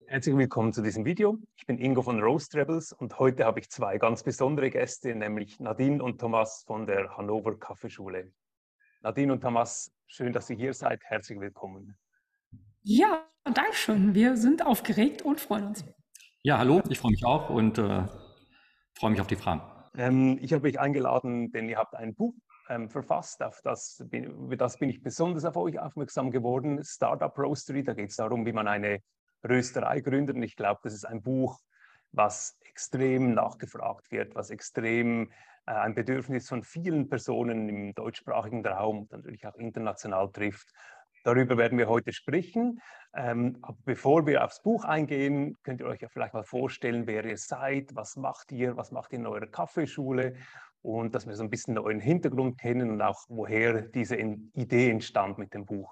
Herzlich willkommen zu diesem Video. Ich bin Ingo von Roast Rebels und heute habe ich zwei ganz besondere Gäste, nämlich Nadine und Thomas von der Hannover Kaffeeschule. Nadine und Thomas, schön, dass ihr hier seid. Herzlich willkommen. Ja, danke schön. Wir sind aufgeregt und freuen uns. Ja, hallo, ich freue mich auch und freue mich auf die Fragen. Ich habe euch eingeladen, denn ihr habt ein Buch verfasst. Über das bin ich besonders auf euch aufmerksam geworden. Startup Roastery, da geht es darum, wie man eine Rösterei gründet. Und ich glaube, das ist ein Buch, was extrem nachgefragt wird, was extrem ein Bedürfnis von vielen Personen im deutschsprachigen Raum und natürlich auch international trifft. Darüber werden wir heute sprechen. Aber bevor wir aufs Buch eingehen, könnt ihr euch ja vielleicht mal vorstellen, wer ihr seid, was macht ihr in eurer Kaffeeschule und dass wir so ein bisschen euren Hintergrund kennen und auch woher diese Idee entstand mit dem Buch.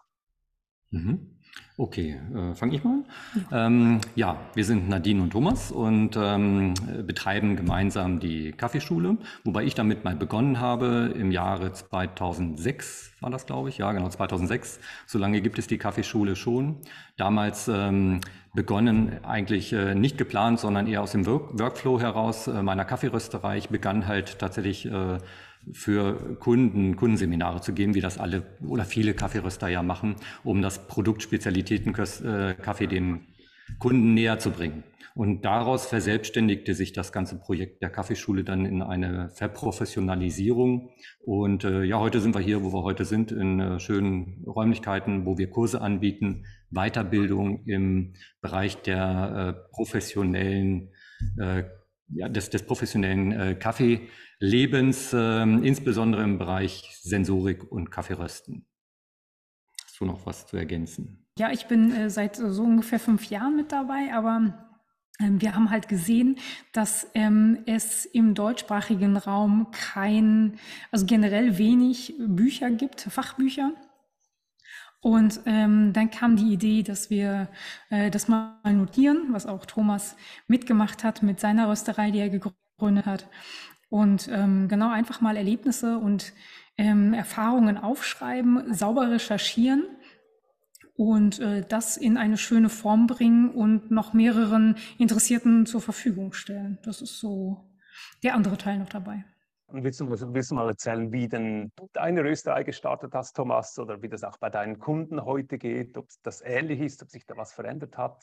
Okay, fange ich mal. Ja, wir sind Nadine und Thomas und betreiben gemeinsam die Kaffeeschule, wobei ich damit mal begonnen habe im Jahre 2006 war das, glaube ich. Ja, genau, 2006. So lange gibt es die Kaffeeschule schon. Damals begonnen eigentlich nicht geplant, sondern eher aus dem Workflow heraus meiner Kaffeerösterei. Ich begann halt tatsächlich für Kundenseminare zu geben, wie das alle oder viele Kaffeeröster ja machen, um das Produkt Spezialitätenkaffee den Kunden näher zu bringen. Und daraus verselbstständigte sich das ganze Projekt der Kaffeeschule dann in eine Verprofessionalisierung. Und ja, heute sind wir hier, wo wir heute sind, in schönen Räumlichkeiten, wo wir Kurse anbieten, Weiterbildung im Bereich der professionellen des professionellen Kaffeelebens, insbesondere im Bereich Sensorik und Kaffeerösten. Hast du noch was zu ergänzen? Ja, ich bin seit so ungefähr 5 Jahren mit dabei, aber wir haben halt gesehen, dass es im deutschsprachigen Raum also generell wenig Bücher gibt, Fachbücher. Und dann kam die Idee, dass wir das mal notieren, was auch Thomas mitgemacht hat mit seiner Rösterei, die er gegründet hat. Und genau einfach mal Erlebnisse und Erfahrungen aufschreiben, sauber recherchieren und das in eine schöne Form bringen und noch mehreren Interessierten zur Verfügung stellen. Das ist so der andere Teil noch dabei. Und willst du mal erzählen, wie denn du deine Rösterei gestartet hast, Thomas, oder wie das auch bei deinen Kunden heute geht, ob das ähnlich ist, ob sich da was verändert hat?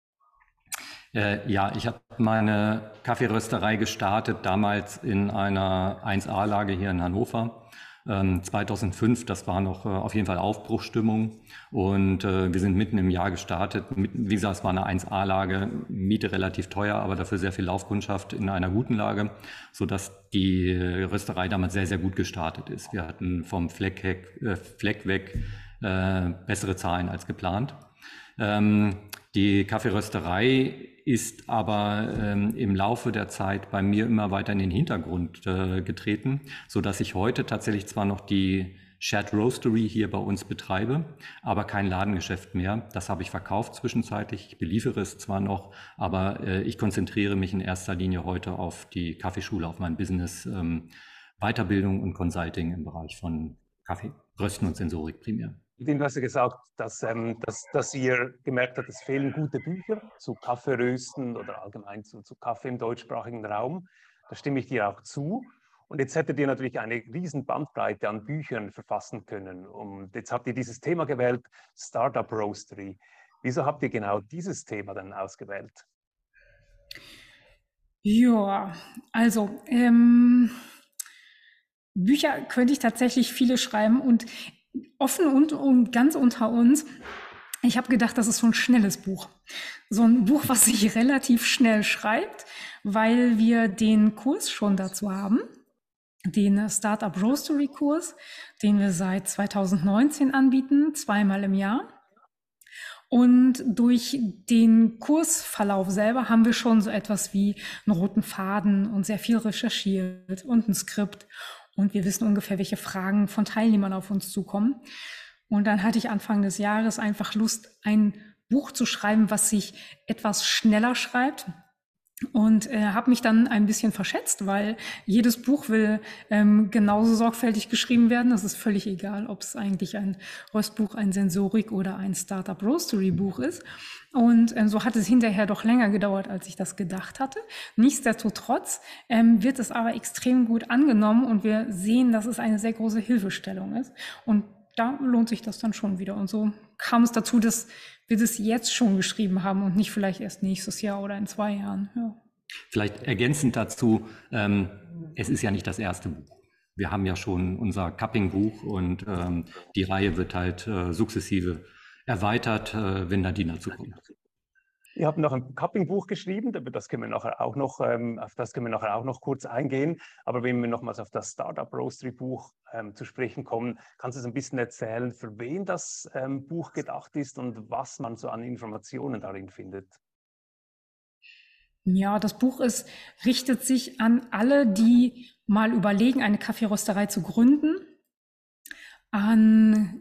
Ja, ich habe meine Kaffeerösterei gestartet, damals in einer 1A-Lage hier in Hannover. 2005, das war noch auf jeden Fall Aufbruchsstimmung und wir sind mitten im Jahr gestartet. Wie gesagt, es war eine 1A-Lage, Miete relativ teuer, aber dafür sehr viel Laufkundschaft in einer guten Lage, sodass die Rösterei damals sehr, sehr gut gestartet ist. Wir hatten vom Fleck weg bessere Zahlen als geplant. Die Kaffeerösterei ist aber im Laufe der Zeit bei mir immer weiter in den Hintergrund getreten, so dass ich heute tatsächlich zwar noch die Shared Roastery hier bei uns betreibe, aber kein Ladengeschäft mehr. Das habe ich verkauft zwischenzeitlich. Ich beliefere es zwar noch, aber ich konzentriere mich in erster Linie heute auf die Kaffeeschule, auf mein Business, Weiterbildung und Consulting im Bereich von Kaffee, Rösten und Sensorik primär. Du hast ja gesagt, dass ihr gemerkt habt, es fehlen gute Bücher zu Kaffeerösten oder allgemein zu Kaffee im deutschsprachigen Raum. Da stimme ich dir auch zu. Und jetzt hättet ihr natürlich eine riesen Bandbreite an Büchern verfassen können. Und jetzt habt ihr dieses Thema gewählt, Startup Roastery. Wieso habt ihr genau dieses Thema dann ausgewählt? Ja, also Bücher könnte ich tatsächlich viele schreiben und offen und ganz unter uns. Ich habe gedacht, das ist so ein schnelles Buch. So ein Buch, was sich relativ schnell schreibt, weil wir den Kurs schon dazu haben. Den Startup Roastery Kurs, den wir seit 2019 anbieten, 2-mal im Jahr. Und durch den Kursverlauf selber haben wir schon so etwas wie einen roten Faden und sehr viel recherchiert und ein Skript. Und wir wissen ungefähr, welche Fragen von Teilnehmern auf uns zukommen. Und dann hatte ich Anfang des Jahres einfach Lust, ein Buch zu schreiben, was sich etwas schneller schreibt, und habe mich dann ein bisschen verschätzt, weil jedes Buch will genauso sorgfältig geschrieben werden. Es ist völlig egal, ob es eigentlich ein Röstbuch, ein Sensorik oder ein Startup Roastery Buch ist. Und so hat es hinterher doch länger gedauert, als ich das gedacht hatte. Nichtsdestotrotz wird es aber extrem gut angenommen und wir sehen, dass es eine sehr große Hilfestellung ist. Und da lohnt sich das dann schon wieder. Und so kam es dazu, dass wir das jetzt schon geschrieben haben und nicht vielleicht erst nächstes Jahr oder in 2 Jahren. Ja. Vielleicht ergänzend dazu, es ist ja nicht das erste Buch. Wir haben ja schon unser Cupping-Buch und die Reihe wird halt sukzessive erweitert, wenn Nadine dazu kommt. Ihr habt noch ein Cupping-Buch geschrieben, auf das können wir nachher auch noch kurz eingehen. Aber wenn wir nochmals auf das Startup Roastery Buch zu sprechen kommen, kannst du uns ein bisschen erzählen, für wen das Buch gedacht ist und was man so an Informationen darin findet? Ja, das Buch richtet sich an alle, die mal überlegen, eine Kaffeerösterei zu gründen, an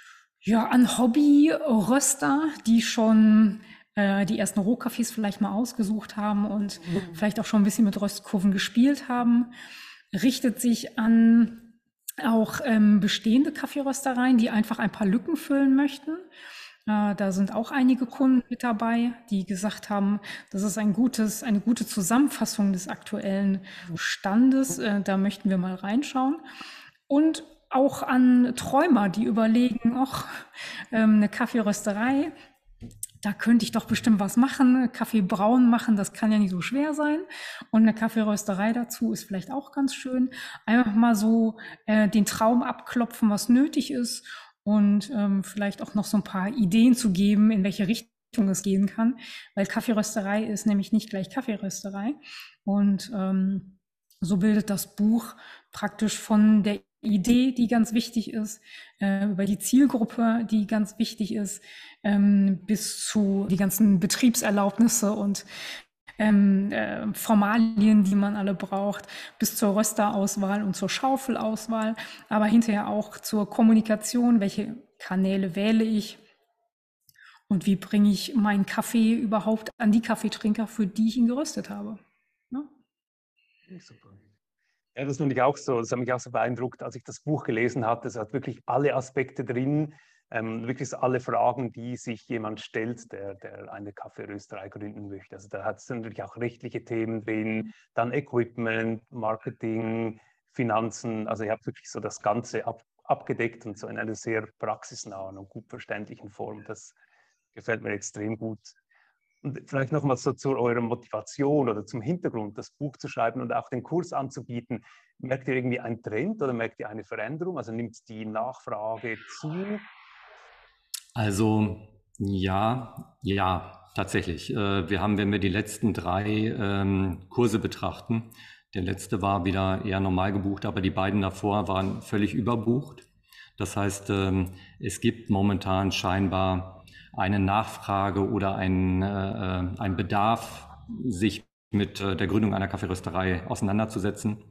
Hobbyröster, die schon die ersten Rohkaffees vielleicht mal ausgesucht haben und vielleicht auch schon ein bisschen mit Röstkurven gespielt haben. Richtet sich an auch bestehende Kaffeeröstereien, die einfach ein paar Lücken füllen möchten. Da sind auch einige Kunden mit dabei, die gesagt haben, das ist eine gute Zusammenfassung des aktuellen Standes. Da möchten wir mal reinschauen. Und auch an Träumer, die überlegen, eine Kaffeerösterei, da könnte ich doch bestimmt was machen. Kaffee braun machen, das kann ja nicht so schwer sein. Und eine Kaffeerösterei dazu ist vielleicht auch ganz schön. Einfach mal so den Traum abklopfen, was nötig ist und vielleicht auch noch so ein paar Ideen zu geben, in welche Richtung es gehen kann. Weil Kaffeerösterei ist nämlich nicht gleich Kaffeerösterei. Und so bildet das Buch praktisch von der Idee, die ganz wichtig ist, über die Zielgruppe, die ganz wichtig ist, bis zu die ganzen Betriebserlaubnisse und Formalien, die man alle braucht, bis zur Rösterauswahl und zur Schaufelauswahl, aber hinterher auch zur Kommunikation, welche Kanäle wähle ich und wie bringe ich meinen Kaffee überhaupt an die Kaffeetrinker, für die ich ihn geröstet habe. Ja? Super. Ja, das fand ich auch so. Das hat mich auch so beeindruckt, als ich das Buch gelesen hatte. Es hat wirklich alle Aspekte drin, wirklich so alle Fragen, die sich jemand stellt, der eine Kaffeerösterei gründen möchte. Also da hat es natürlich auch rechtliche Themen drin, dann Equipment, Marketing, Finanzen. Also ihr habt wirklich so das Ganze abgedeckt und so in einer sehr praxisnahen und gut verständlichen Form. Das gefällt mir extrem gut. Und vielleicht nochmal so zu eurer Motivation oder zum Hintergrund, das Buch zu schreiben und auch den Kurs anzubieten. Merkt ihr irgendwie einen Trend oder merkt ihr eine Veränderung? Also nimmt die Nachfrage zu? Also ja, tatsächlich. Wenn wir die letzten 3 Kurse betrachten, der letzte war wieder eher normal gebucht, aber die beiden davor waren völlig überbucht. Das heißt, es gibt momentan scheinbar eine Nachfrage oder ein Bedarf, sich mit der Gründung einer Kaffeerösterei auseinanderzusetzen.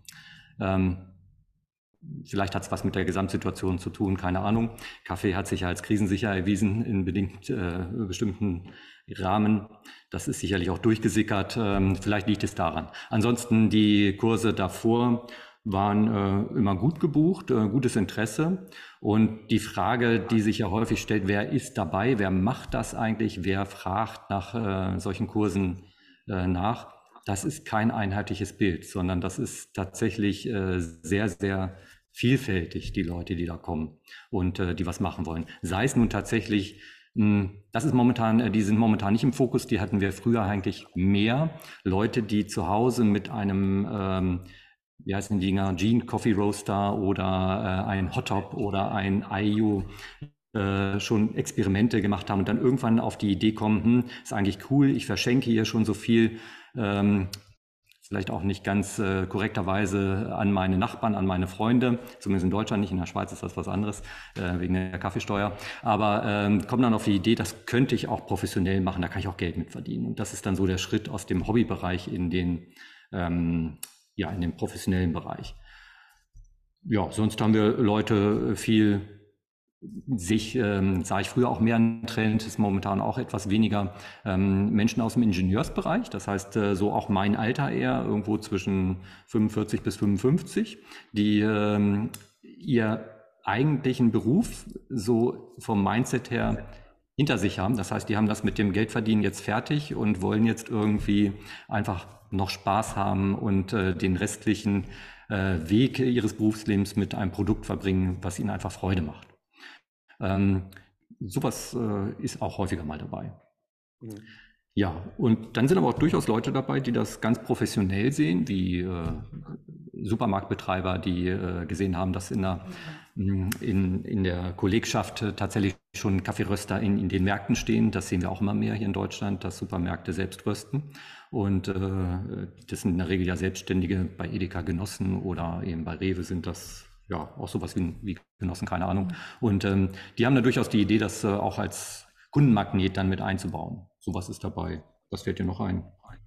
Vielleicht hat es was mit der Gesamtsituation zu tun, keine Ahnung. Kaffee hat sich als krisensicher erwiesen in bestimmten Rahmen. Das ist sicherlich auch durchgesickert. Vielleicht liegt es daran. Ansonsten die Kurse davor waren immer gut gebucht, gutes Interesse. Und die Frage, die sich ja häufig stellt, wer ist dabei, wer macht das eigentlich, wer fragt nach solchen Kursen nach, das ist kein einheitliches Bild, sondern das ist tatsächlich sehr, sehr vielfältig, die Leute, die da kommen und die was machen wollen. Sei es nun tatsächlich, die sind momentan nicht im Fokus, die hatten wir früher eigentlich mehr. Leute, die zu Hause mit einem wie heißen die Dinger, Gene Coffee Roaster oder ein Hot Top oder ein IU schon Experimente gemacht haben und dann irgendwann auf die Idee kommen, ist eigentlich cool, ich verschenke hier schon so viel, vielleicht auch nicht ganz korrekterweise an meine Nachbarn, an meine Freunde, zumindest in Deutschland nicht, in der Schweiz ist das was anderes, wegen der Kaffeesteuer, aber kommen dann auf die Idee, das könnte ich auch professionell machen, da kann ich auch Geld mit verdienen. Und das ist dann so der Schritt aus dem Hobbybereich in den professionellen Bereich. Ja, sonst haben wir Leute viel sah ich früher auch mehr einen Trend, ist momentan auch etwas weniger Menschen aus dem Ingenieursbereich. Das heißt, so auch mein Alter eher, irgendwo zwischen 45 bis 55, die ihr eigentlichen Beruf so vom Mindset her hinter sich haben. Das heißt, die haben das mit dem Geldverdienen jetzt fertig und wollen jetzt irgendwie einfach noch Spaß haben und den restlichen Weg ihres Berufslebens mit einem Produkt verbringen, was ihnen einfach Freude macht. Sowas ist auch häufiger mal dabei. Mhm. Ja, und dann sind aber auch durchaus Leute dabei, die das ganz professionell sehen, wie Supermarktbetreiber, die gesehen haben, dass in der Kollegschaft tatsächlich schon Kaffeeröster in den Märkten stehen. Das sehen wir auch immer mehr hier in Deutschland, dass Supermärkte selbst rösten. Und das sind in der Regel ja Selbstständige bei Edeka Genossen oder eben bei Rewe sind das ja auch sowas wie Genossen, keine Ahnung. Und die haben da durchaus die Idee, das auch als Kundenmagnet dann mit einzubauen. Sowas ist dabei. Was fällt dir noch ein?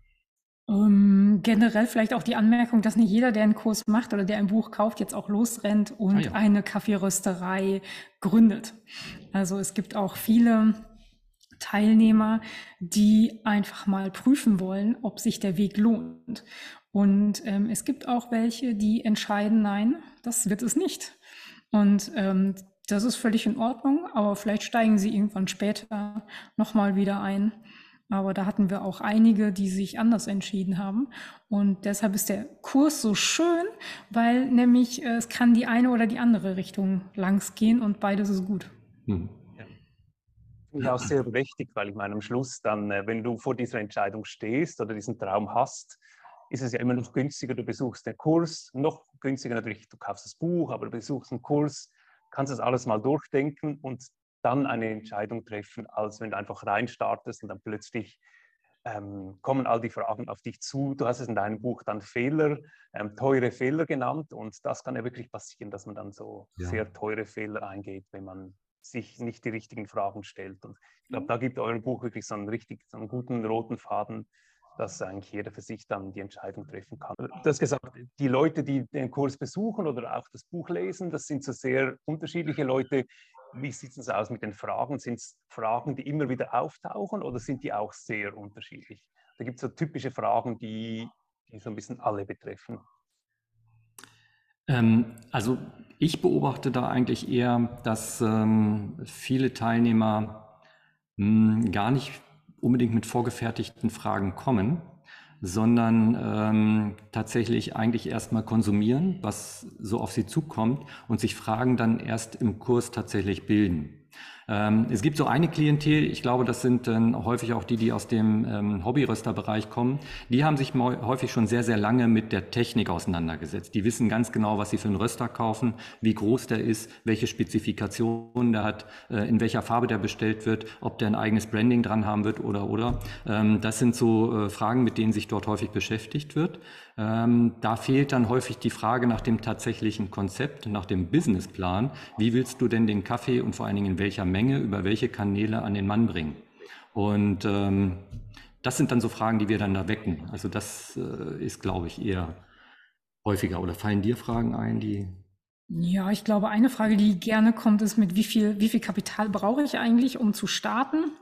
Generell vielleicht auch die Anmerkung, dass nicht jeder, der einen Kurs macht oder der ein Buch kauft, jetzt auch losrennt und eine Kaffeerösterei gründet. Also es gibt auch viele Teilnehmer, die einfach mal prüfen wollen, ob sich der Weg lohnt. Und es gibt auch welche, die entscheiden, nein, das wird es nicht. Und das ist völlig in Ordnung, aber vielleicht steigen sie irgendwann später nochmal wieder ein. Aber da hatten wir auch einige, die sich anders entschieden haben. Und deshalb ist der Kurs so schön, weil nämlich es kann die eine oder die andere Richtung langs gehen und beides ist gut. Ja. Finde ich auch sehr berechtigt, weil ich meine, am Schluss dann, wenn du vor dieser Entscheidung stehst oder diesen Traum hast, ist es ja immer noch günstiger, du besuchst den Kurs, noch günstiger natürlich, du kaufst das Buch, aber du besuchst einen Kurs, kannst das alles mal durchdenken und dann eine Entscheidung treffen, als wenn du einfach reinstartest und dann plötzlich kommen all die Fragen auf dich zu. Du hast es in deinem Buch dann Fehler, teure Fehler genannt und das kann ja wirklich passieren, dass man dann so sehr teure Fehler eingeht, wenn man sich nicht die richtigen Fragen stellt. Und ich glaube, da gibt euer Buch wirklich so einen guten roten Faden, dass eigentlich jeder für sich dann die Entscheidung treffen kann. Du hast gesagt, die Leute, die den Kurs besuchen oder auch das Buch lesen, das sind so sehr unterschiedliche Leute. Wie sieht es aus mit den Fragen? Sind es Fragen, die immer wieder auftauchen oder sind die auch sehr unterschiedlich? Da gibt es so typische Fragen, die so ein bisschen alle betreffen. Also ich beobachte da eigentlich eher, dass viele Teilnehmer gar nicht unbedingt mit vorgefertigten Fragen kommen, sondern tatsächlich eigentlich erstmal konsumieren, was so auf sie zukommt und sich Fragen dann erst im Kurs tatsächlich bilden. Es gibt so eine Klientel, ich glaube, das sind häufig auch die aus dem Hobbyrösterbereich kommen, die haben sich häufig schon sehr, sehr lange mit der Technik auseinandergesetzt. Die wissen ganz genau, was sie für einen Röster kaufen, wie groß der ist, welche Spezifikationen der hat, in welcher Farbe der bestellt wird, ob der ein eigenes Branding dran haben wird oder. Das sind so Fragen, mit denen sich dort häufig beschäftigt wird. Da fehlt dann häufig die Frage nach dem tatsächlichen Konzept, nach dem Businessplan. Wie willst du denn den Kaffee und vor allen Dingen in welcher Menge, über welche Kanäle an den Mann bringen? Und das sind dann so Fragen, die wir dann da wecken. Also das ist, glaube ich, eher häufiger. Oder fallen dir Fragen ein, die... Ja, ich glaube, eine Frage, die gerne kommt, ist mit wie viel Kapital brauche ich eigentlich, um zu starten?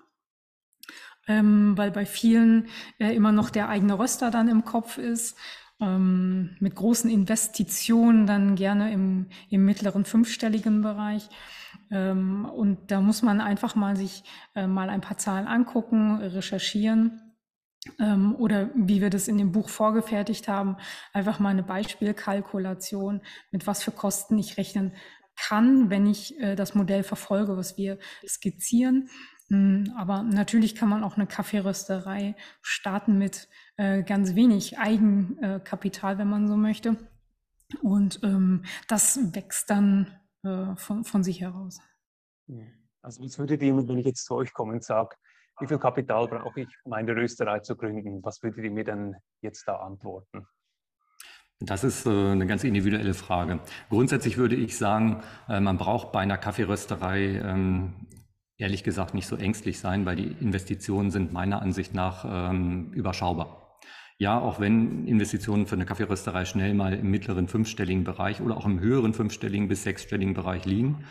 Weil bei vielen immer noch der eigene Röster dann im Kopf ist, mit großen Investitionen dann gerne im mittleren fünfstelligen Bereich. Und da muss man einfach mal sich mal ein paar Zahlen angucken, recherchieren. Oder wie wir das in dem Buch vorgefertigt haben, einfach mal eine Beispielkalkulation, mit was für Kosten ich rechnen kann, wenn ich das Modell verfolge, was wir skizzieren. Aber natürlich kann man auch eine Kaffeerösterei starten mit ganz wenig Eigenkapital, wenn man so möchte. Und das wächst dann von sich heraus. Also was würdet ihr, wenn ich jetzt zu euch komme und sage, wie viel Kapital brauche ich, um eine Rösterei zu gründen? Was würdet ihr mir denn jetzt da antworten? Das ist eine ganz individuelle Frage. Grundsätzlich würde ich sagen, man braucht bei einer Kaffeerösterei ehrlich gesagt nicht so ängstlich sein, weil die Investitionen sind meiner Ansicht nach überschaubar. Ja, auch wenn Investitionen für eine Kaffeerösterei schnell mal im mittleren fünfstelligen Bereich oder auch im höheren fünfstelligen bis sechsstelligen Bereich liegen,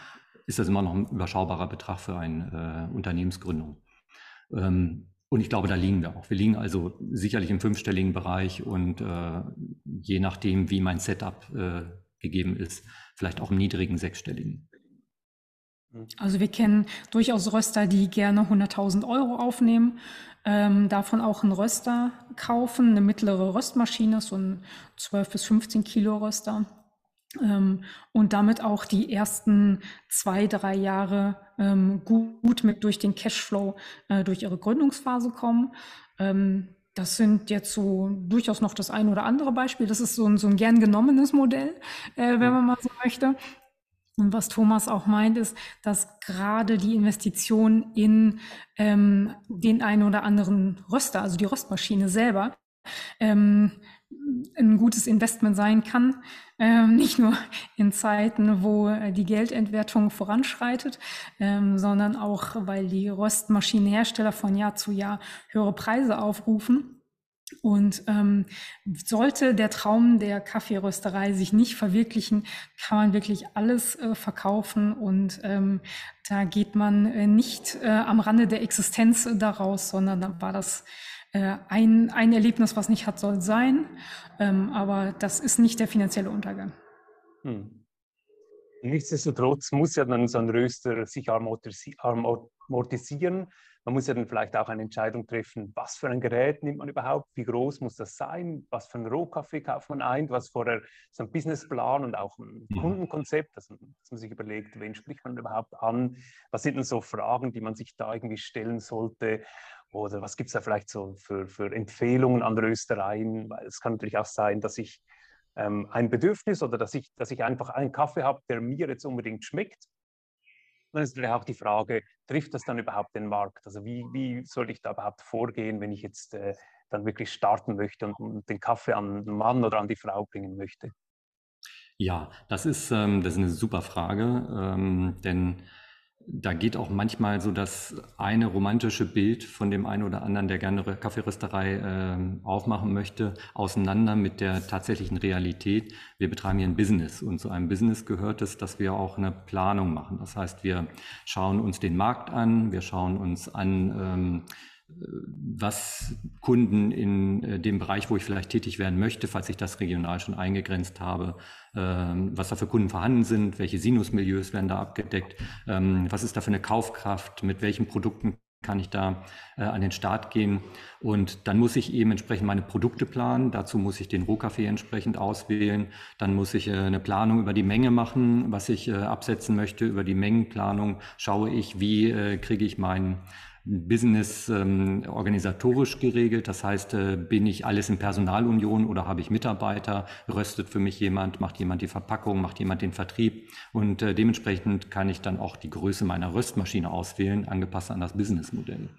ist das immer noch ein überschaubarer Betrag für eine Unternehmensgründung. Und ich glaube, da liegen wir auch. Wir liegen also sicherlich im fünfstelligen Bereich und je nachdem, wie mein Setup gegeben ist, vielleicht auch im niedrigen sechsstelligen. Also wir kennen durchaus Röster, die gerne 100.000 Euro aufnehmen, davon auch einen Röster kaufen, eine mittlere Röstmaschine, so ein 12 bis 15 Kilo Röster. Und damit auch die ersten 2, 3 Jahre gut mit durch den Cashflow durch ihre Gründungsphase kommen. Das sind jetzt so durchaus noch das ein oder andere Beispiel. Das ist so ein gern genommenes Modell, wenn man mal so möchte. Und was Thomas auch meint, ist, dass gerade die Investition in den einen oder anderen Röster, also die Röstmaschine selber, ein gutes Investment sein kann, nicht nur in Zeiten, wo die Geldentwertung voranschreitet, sondern auch, weil die Röstmaschinenhersteller von Jahr zu Jahr höhere Preise aufrufen. Und sollte der Traum der Kaffeerösterei sich nicht verwirklichen, kann man wirklich alles verkaufen und da geht man nicht am Rande der Existenz daraus, sondern dann war das ein Erlebnis, was nicht hat, soll sein, aber das ist nicht der finanzielle Untergang. Nichtsdestotrotz muss ja dann so ein Röster sich amortisieren. Man muss ja dann vielleicht auch eine Entscheidung treffen, was für ein Gerät nimmt man überhaupt, wie groß muss das sein, was für einen Rohkaffee kauft man ein, was vorher so ein Businessplan und auch ein Kundenkonzept, dass man sich überlegt, wen spricht man überhaupt an, was sind denn so Fragen, die man sich da irgendwie stellen sollte oder was gibt es da vielleicht so für Empfehlungen an Röstereien, weil es kann natürlich auch sein, dass ich ein Bedürfnis oder dass ich einfach einen Kaffee habe, der mir jetzt unbedingt schmeckt. Dann ist natürlich auch die Frage, trifft das dann überhaupt den Markt? Also wie soll ich da überhaupt vorgehen, wenn ich jetzt dann wirklich starten möchte und den Kaffee an den Mann oder an die Frau bringen möchte? Ja, das ist eine super Frage, denn da geht auch manchmal so das eine romantische Bild von dem einen oder anderen, der gerne Kaffeerösterei aufmachen möchte, auseinander mit der tatsächlichen Realität. Wir betreiben hier ein Business und zu einem Business gehört es, dass wir auch eine Planung machen. Das heißt, wir schauen uns den Markt an, wir schauen uns an, was Kunden in dem Bereich, wo ich vielleicht tätig werden möchte, falls ich das regional schon eingegrenzt habe, was da für Kunden vorhanden sind, welche Sinusmilieus werden da abgedeckt, was ist da für eine Kaufkraft, mit welchen Produkten kann ich da an den Start gehen und dann muss ich eben entsprechend meine Produkte planen, dazu muss ich den Rohkaffee entsprechend auswählen, dann muss ich eine Planung über die Menge machen, was ich absetzen möchte, über die Mengenplanung schaue ich, wie kriege ich meinen Business organisatorisch geregelt, das heißt, bin ich alles in Personalunion oder habe ich Mitarbeiter, röstet für mich jemand, macht jemand die Verpackung, macht jemand den Vertrieb und dementsprechend kann ich dann auch die Größe meiner Röstmaschine auswählen, angepasst an das Businessmodell.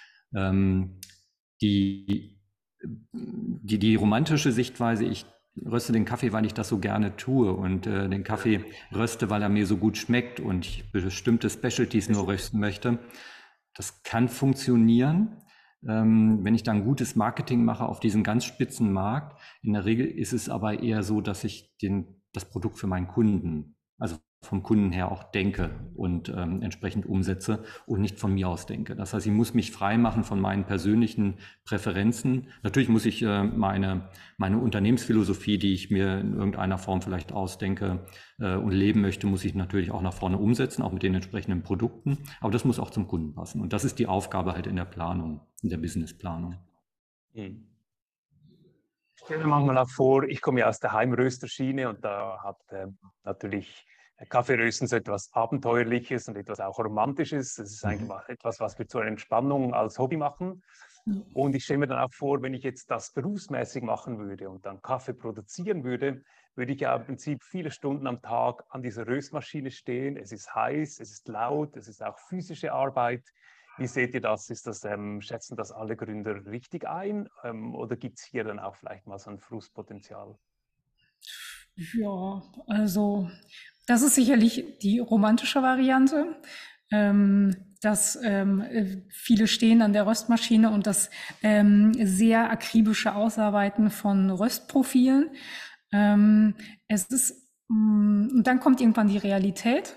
Die romantische Sichtweise, ich röste den Kaffee, weil ich das so gerne tue und den Kaffee röste, weil er mir so gut schmeckt und ich bestimmte Specialties nur rösten möchte. Das kann funktionieren, wenn ich da ein gutes Marketing mache auf diesen ganz spitzen Markt. In der Regel ist es aber eher so, dass ich das Produkt für meinen Kunden, also vom Kunden her auch denke und entsprechend umsetze und nicht von mir aus denke. Das heißt, ich muss mich frei machen von meinen persönlichen Präferenzen. Natürlich muss ich meine Unternehmensphilosophie, die ich mir in irgendeiner Form vielleicht ausdenke und leben möchte, muss ich natürlich auch nach vorne umsetzen, auch mit den entsprechenden Produkten. Aber das muss auch zum Kunden passen. Und das ist die Aufgabe halt in der Planung, in der Businessplanung. Ich stelle mir manchmal auch vor, ich komme ja aus der Heimrösterschiene und da hat natürlich Kaffeerösten so etwas Abenteuerliches und etwas auch Romantisches. Das ist eigentlich etwas, was wir zur Entspannung als Hobby machen. Und ich stelle mir dann auch vor, wenn ich jetzt das berufsmäßig machen würde und dann Kaffee produzieren würde, würde ich ja im Prinzip viele Stunden am Tag an dieser Röstmaschine stehen. Es ist heiß, es ist laut, es ist auch physische Arbeit. Wie seht ihr das? Schätzen das alle Gründer richtig ein? Oder gibt es hier dann auch vielleicht mal so ein Frustpotenzial? Ja, also das ist sicherlich die romantische Variante, dass viele stehen an der Röstmaschine und das sehr akribische Ausarbeiten von Röstprofilen. Und dann kommt irgendwann die Realität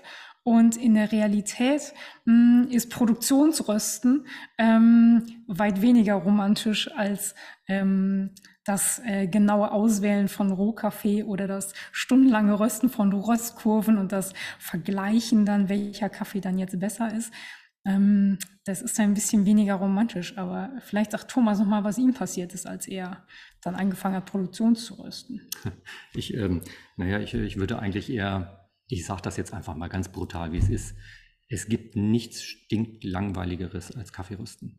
Und in der Realität ist Produktionsrösten weit weniger romantisch als das genaue Auswählen von Rohkaffee oder das stundenlange Rösten von Röstkurven und das Vergleichen dann, welcher Kaffee dann jetzt besser ist. Das ist ein bisschen weniger romantisch, aber vielleicht sagt Thomas noch mal, was ihm passiert ist, als er dann angefangen hat, Produktion zu rösten. Ich würde eigentlich eher, ich sage das jetzt einfach mal ganz brutal, wie es ist. Es gibt nichts stinklangweiligeres als Kaffeerösten.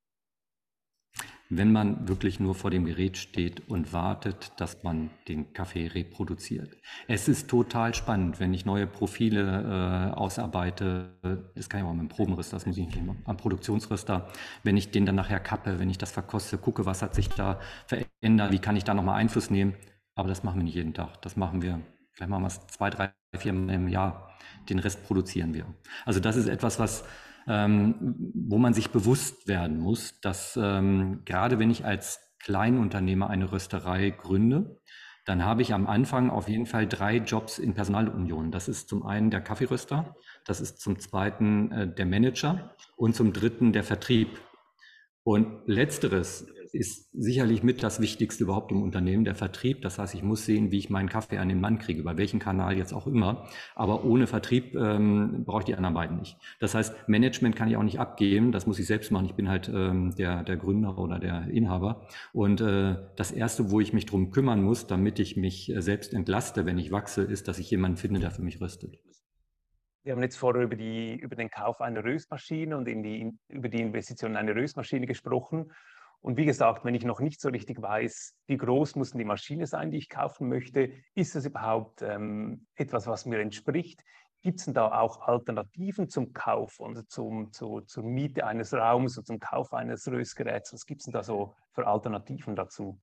Wenn man wirklich nur vor dem Gerät steht und wartet, dass man den Kaffee reproduziert. Es ist total spannend, wenn ich neue Profile ausarbeite. Das kann ich auch mit dem Probenröster, das muss ich nicht immer, am Produktionsröster. Wenn ich den dann nachher kappe, wenn ich das verkoste, gucke, was hat sich da verändert, wie kann ich da nochmal Einfluss nehmen. Aber das machen wir nicht jeden Tag. Das machen wir, vielleicht machen wir es 2, 3, 4 Mal im Jahr. Den Rest produzieren wir. Also das ist etwas, was wo man sich bewusst werden muss, dass gerade wenn ich als Kleinunternehmer eine Rösterei gründe, dann habe ich am Anfang auf jeden Fall 3 Jobs in Personalunion. Das ist zum einen der Kaffeeröster, das ist zum zweiten der Manager und zum dritten der Vertrieb. Und letzteres ist sicherlich mit das Wichtigste überhaupt im Unternehmen, der Vertrieb. Das heißt, ich muss sehen, wie ich meinen Kaffee an den Mann kriege, über welchen Kanal jetzt auch immer. Aber ohne Vertrieb brauche ich die anderen beiden nicht. Das heißt, Management kann ich auch nicht abgeben, das muss ich selbst machen. Ich bin halt der Gründer oder der Inhaber. Und das Erste, wo ich mich drum kümmern muss, damit ich mich selbst entlaste, wenn ich wachse, ist, dass ich jemanden finde, der für mich röstet. Wir haben jetzt vorher über den Kauf einer Röstmaschine und über die Investition in eine Röstmaschine gesprochen. Und wie gesagt, wenn ich noch nicht so richtig weiß, wie groß muss denn die Maschine sein, die ich kaufen möchte, ist das überhaupt etwas, was mir entspricht? Gibt es denn da auch Alternativen zum Kauf und zur Miete eines Raums und zum Kauf eines Röstgeräts? Was gibt es denn da so für Alternativen dazu?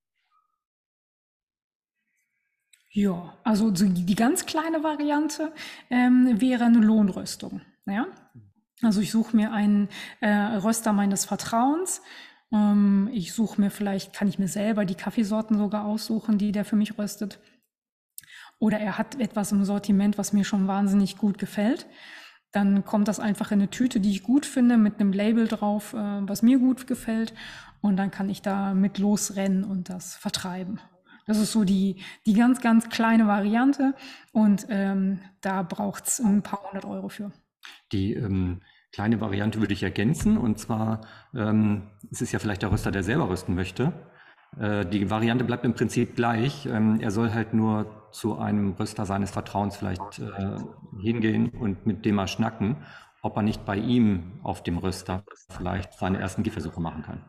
Ja, also die ganz kleine Variante wäre eine Lohnröstung. Ja? Also ich suche mir einen Röster meines Vertrauens. Ich suche mir vielleicht, kann ich mir selber die Kaffeesorten sogar aussuchen, die der für mich röstet. Oder er hat etwas im Sortiment, was mir schon wahnsinnig gut gefällt. Dann kommt das einfach in eine Tüte, die ich gut finde, mit einem Label drauf, was mir gut gefällt. Und dann kann ich da mit losrennen und das vertreiben. Das ist so die ganz, ganz kleine Variante. Und da braucht es ein paar hundert € für. Die kleine Variante würde ich ergänzen. Und zwar es ist ja vielleicht der Röster, der selber rösten möchte. Die Variante bleibt im Prinzip gleich. Er soll halt nur zu einem Röster seines Vertrauens vielleicht hingehen und mit dem mal schnacken, ob er nicht bei ihm auf dem Röster vielleicht seine ersten Gehversuche machen kann.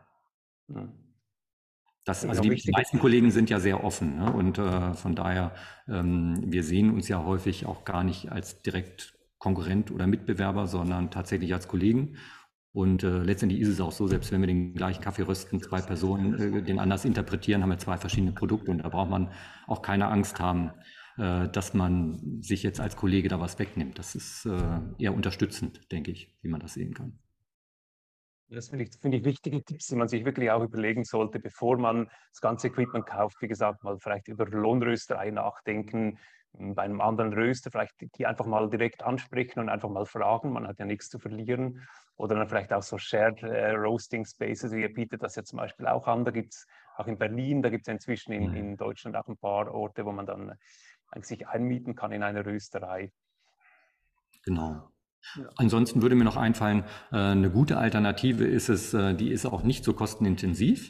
Also die meisten Kollegen sind ja sehr offen, ne? Und von daher, wir sehen uns ja häufig auch gar nicht als direkt Konkurrent oder Mitbewerber, sondern tatsächlich als Kollegen. Und letztendlich ist es auch so, selbst wenn wir den gleichen Kaffee rösten, 2 Personen den anders interpretieren, haben wir 2 verschiedene Produkte und da braucht man auch keine Angst haben, dass man sich jetzt als Kollege da was wegnimmt. Das ist eher unterstützend, denke ich, wie man das sehen kann. Das finde ich wichtige Tipps, die man sich wirklich auch überlegen sollte, bevor man das ganze Equipment kauft. Wie gesagt, mal vielleicht über Lohnrösterei nachdenken, bei einem anderen Röster vielleicht die einfach mal direkt ansprechen und einfach mal fragen. Man hat ja nichts zu verlieren. Oder dann vielleicht auch so Shared Roasting Spaces. Ihr bietet das ja zum Beispiel auch an. Da gibt es auch in Berlin, da gibt es inzwischen in Deutschland auch ein paar Orte, wo man dann eigentlich sich einmieten kann in eine Rösterei. Genau. Ja. Ansonsten würde mir noch einfallen, eine gute Alternative ist es, die ist auch nicht so kostenintensiv.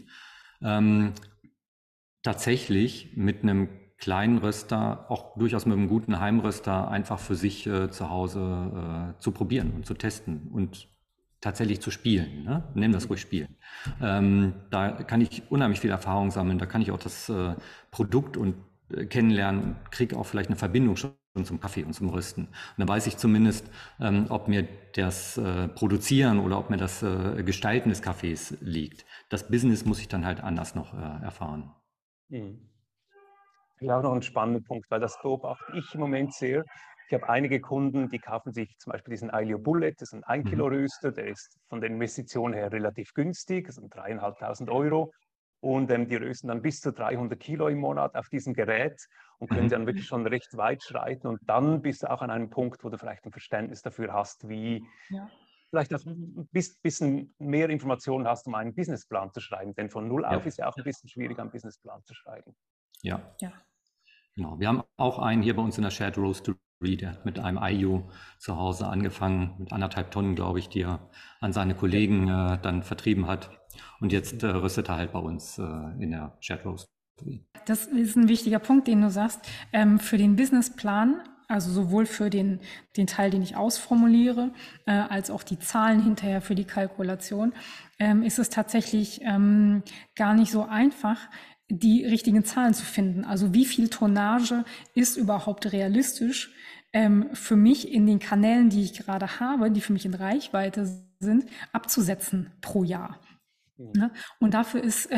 Tatsächlich mit einem kleinen Röster, auch durchaus mit einem guten Heimröster, einfach für sich zu Hause zu probieren und zu testen und tatsächlich zu spielen. Ne? Nennen wir es ruhig Spielen. Da kann ich unheimlich viel Erfahrung sammeln, da kann ich auch das Produkt und kennenlernen und kriege auch vielleicht eine Verbindung schon zum Kaffee und zum Rösten. Und dann weiß ich zumindest, ob mir das Produzieren oder ob mir das Gestalten des Kaffees liegt. Das Business muss ich dann halt anders noch erfahren. Ja, auch noch ein spannender Punkt, weil das beobachte ich im Moment sehr. Ich habe einige Kunden, die kaufen sich zum Beispiel diesen Ailio Bullet, das ist ein 1 Kilo Röster, der ist von den Investitionen her relativ günstig, das sind 3.500 €. Und die rösten dann bis zu 300 Kilo im Monat auf diesem Gerät. und können dann wirklich schon recht weit schreiten. Und dann bist du auch an einem Punkt, wo du vielleicht ein Verständnis dafür hast, wie vielleicht auch ein bisschen mehr Informationen hast, um einen Businessplan zu schreiben. Denn von null auf ist ja auch ein bisschen schwierig, einen Businessplan zu schreiben. Ja. Genau. Wir haben auch einen hier bei uns in der Shared Roastery, der hat mit einem IU zu Hause angefangen, mit 1,5 Tonnen, glaube ich, die er an seine Kollegen dann vertrieben hat. Und jetzt rüstet er halt bei uns in der Shared Roastery. Das ist ein wichtiger Punkt, den du sagst. Für den Businessplan, also sowohl für den Teil, den ich ausformuliere, als auch die Zahlen hinterher für die Kalkulation, ist es tatsächlich gar nicht so einfach, die richtigen Zahlen zu finden. Also wie viel Tonnage ist überhaupt realistisch für mich in den Kanälen, die ich gerade habe, die für mich in Reichweite sind, abzusetzen pro Jahr. Ne? Und dafür ist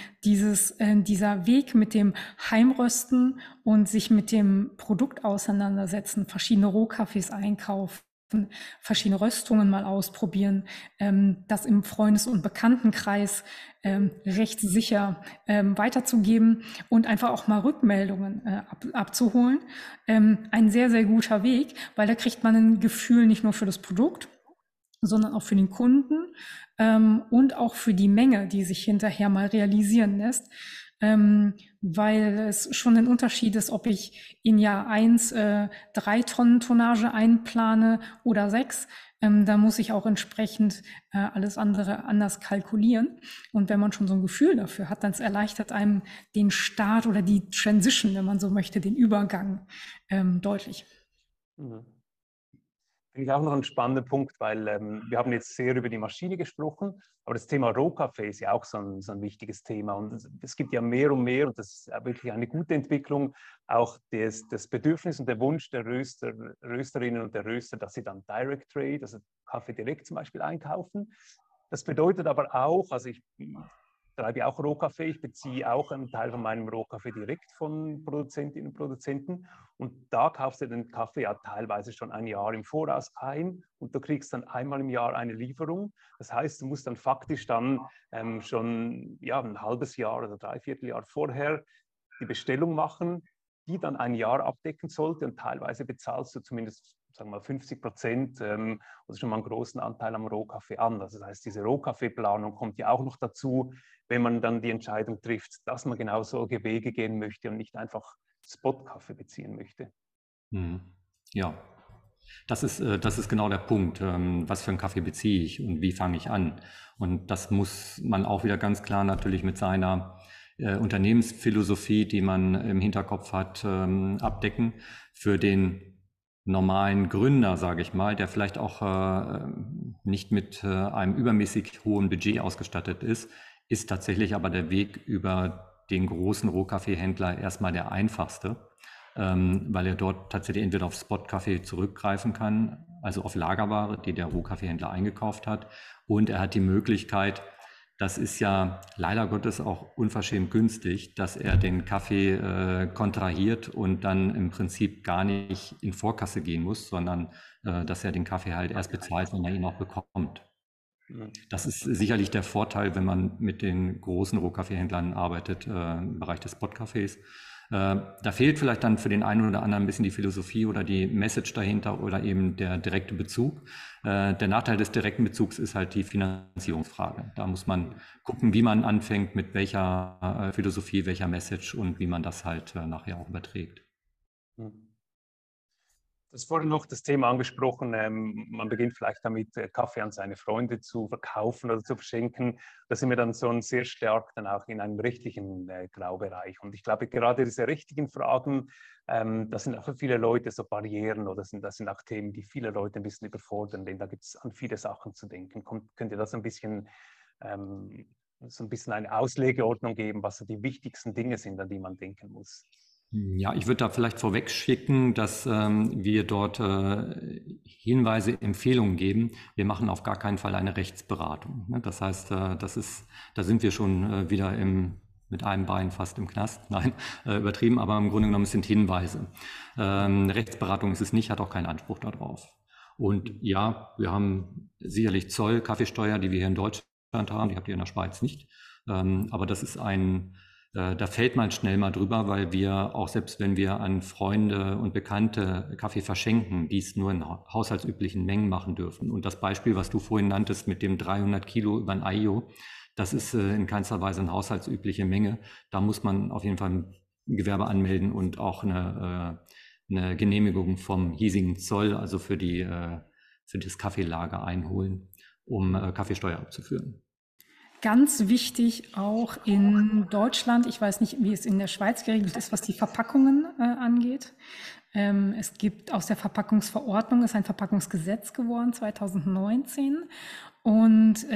dieser Weg mit dem Heimrösten und sich mit dem Produkt auseinandersetzen, verschiedene Rohkaffees einkaufen, verschiedene Röstungen mal ausprobieren, das im Freundes- und Bekanntenkreis recht sicher weiterzugeben und einfach auch mal Rückmeldungen abzuholen. Ein sehr, sehr guter Weg, weil da kriegt man ein Gefühl nicht nur für das Produkt, sondern auch für den Kunden und auch für die Menge, die sich hinterher mal realisieren lässt. Weil es schon ein Unterschied ist, ob ich in Jahr 1 3 Tonnen Tonnage einplane oder 6. Da muss ich auch entsprechend alles andere anders kalkulieren. Und wenn man schon so ein Gefühl dafür hat, dann erleichtert einem den Start oder die Transition, wenn man so möchte, den Übergang deutlich. Finde ich auch noch ein spannender Punkt, weil wir haben jetzt sehr über die Maschine gesprochen, aber das Thema Rohkaffee ist ja auch so ein wichtiges Thema. Und es gibt ja mehr und mehr, und das ist wirklich eine gute Entwicklung, auch das Bedürfnis und der Wunsch der Rösterinnen und der Röster, dass sie dann Direct Trade, also Kaffee direkt zum Beispiel einkaufen. Das bedeutet aber auch, also ich treibe auch Rohkaffee, ich beziehe auch einen Teil von meinem Rohkaffee direkt von Produzentinnen und Produzenten und da kaufst du den Kaffee ja teilweise schon ein Jahr im Voraus ein und du kriegst dann einmal im Jahr eine Lieferung. Das heißt, du musst dann faktisch dann schon ein halbes Jahr oder 3/4 Jahr vorher die Bestellung machen, die dann ein Jahr abdecken sollte und teilweise bezahlst du zumindest, sagen wir mal, 50% oder schon mal einen großen Anteil am Rohkaffee an. Also das heißt, diese Rohkaffeeplanung kommt ja auch noch dazu, wenn man dann die Entscheidung trifft, dass man genau solche Wege gehen möchte und nicht einfach Spot-Kaffee beziehen möchte. Ja, das ist genau der Punkt. Was für einen Kaffee beziehe ich und wie fange ich an? Und das muss man auch wieder ganz klar natürlich mit seiner Unternehmensphilosophie, die man im Hinterkopf hat, abdecken. Für den normalen Gründer, sage ich mal, der vielleicht auch nicht mit einem übermäßig hohen Budget ausgestattet ist tatsächlich aber der Weg über den großen Rohkaffeehändler erstmal der einfachste, weil er dort tatsächlich entweder auf Spot-Kaffee zurückgreifen kann, also auf Lagerware, die der Rohkaffeehändler eingekauft hat, und er hat die Möglichkeit, das ist ja leider Gottes auch unverschämt günstig, dass er den Kaffee kontrahiert und dann im Prinzip gar nicht in Vorkasse gehen muss, sondern dass er den Kaffee halt erst bezahlt, wenn er ihn auch bekommt. Das ist sicherlich der Vorteil, wenn man mit den großen Rohkaffeehändlern arbeitet im Bereich des Spot-Cafés. Da fehlt vielleicht dann für den einen oder anderen ein bisschen die Philosophie oder die Message dahinter oder eben der direkte Bezug. Der Nachteil des direkten Bezugs ist halt die Finanzierungsfrage. Da muss man gucken, wie man anfängt, mit welcher Philosophie, welcher Message und wie man das halt nachher auch überträgt. Du hast vorhin noch das Thema angesprochen, man beginnt vielleicht damit, Kaffee an seine Freunde zu verkaufen oder zu verschenken. Da sind wir dann so sehr stark dann auch in einem rechtlichen Graubereich. Und ich glaube, gerade diese rechtlichen Fragen, das sind auch für viele Leute so Barrieren oder das sind auch Themen, die viele Leute ein bisschen überfordern, denn da gibt es an viele Sachen zu denken. Könnt ihr das ein bisschen, so ein bisschen eine Auslegeordnung geben, was so die wichtigsten Dinge sind, an die man denken muss? Ja, ich würde da vielleicht vorweg schicken, dass wir dort Hinweise, Empfehlungen geben. Wir machen auf gar keinen Fall eine Rechtsberatung. Ne? Das heißt, da sind wir schon wieder mit einem Bein fast im Knast. Nein, übertrieben, aber im Grunde genommen sind Hinweise. Rechtsberatung ist es nicht, hat auch keinen Anspruch darauf. Und ja, wir haben sicherlich Zoll, Kaffeesteuer, die wir hier in Deutschland haben, die habt ihr in der Schweiz nicht. Aber das ist ein Da fällt man schnell mal drüber, weil wir auch selbst wenn wir an Freunde und Bekannte Kaffee verschenken, dies nur in haushaltsüblichen Mengen machen dürfen. Und das Beispiel, was du vorhin nanntest mit dem 300 Kilo über ein Aio, das ist in keinster Weise eine haushaltsübliche Menge. Da muss man auf jeden Fall ein Gewerbe anmelden und auch eine Genehmigung vom hiesigen Zoll, also für das Kaffeelager einholen, um Kaffeesteuer abzuführen. Ganz wichtig auch in Deutschland, ich weiß nicht, wie es in der Schweiz geregelt ist, was die Verpackungen angeht. Es gibt aus der Verpackungsverordnung, ist ein Verpackungsgesetz geworden 2019 und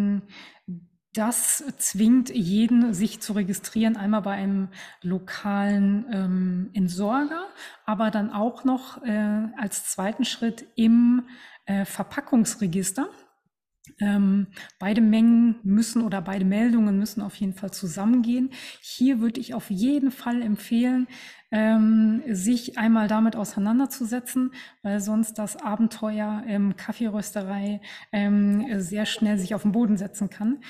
das zwingt jeden, sich zu registrieren, einmal bei einem lokalen Entsorger, aber dann auch noch als zweiten Schritt im Verpackungsregister. Beide Mengen müssen oder beide Meldungen müssen auf jeden Fall zusammengehen. Hier würde ich auf jeden Fall empfehlen, sich einmal damit auseinanderzusetzen, weil sonst das Abenteuer Kaffeerösterei sehr schnell sich auf den Boden setzen kann.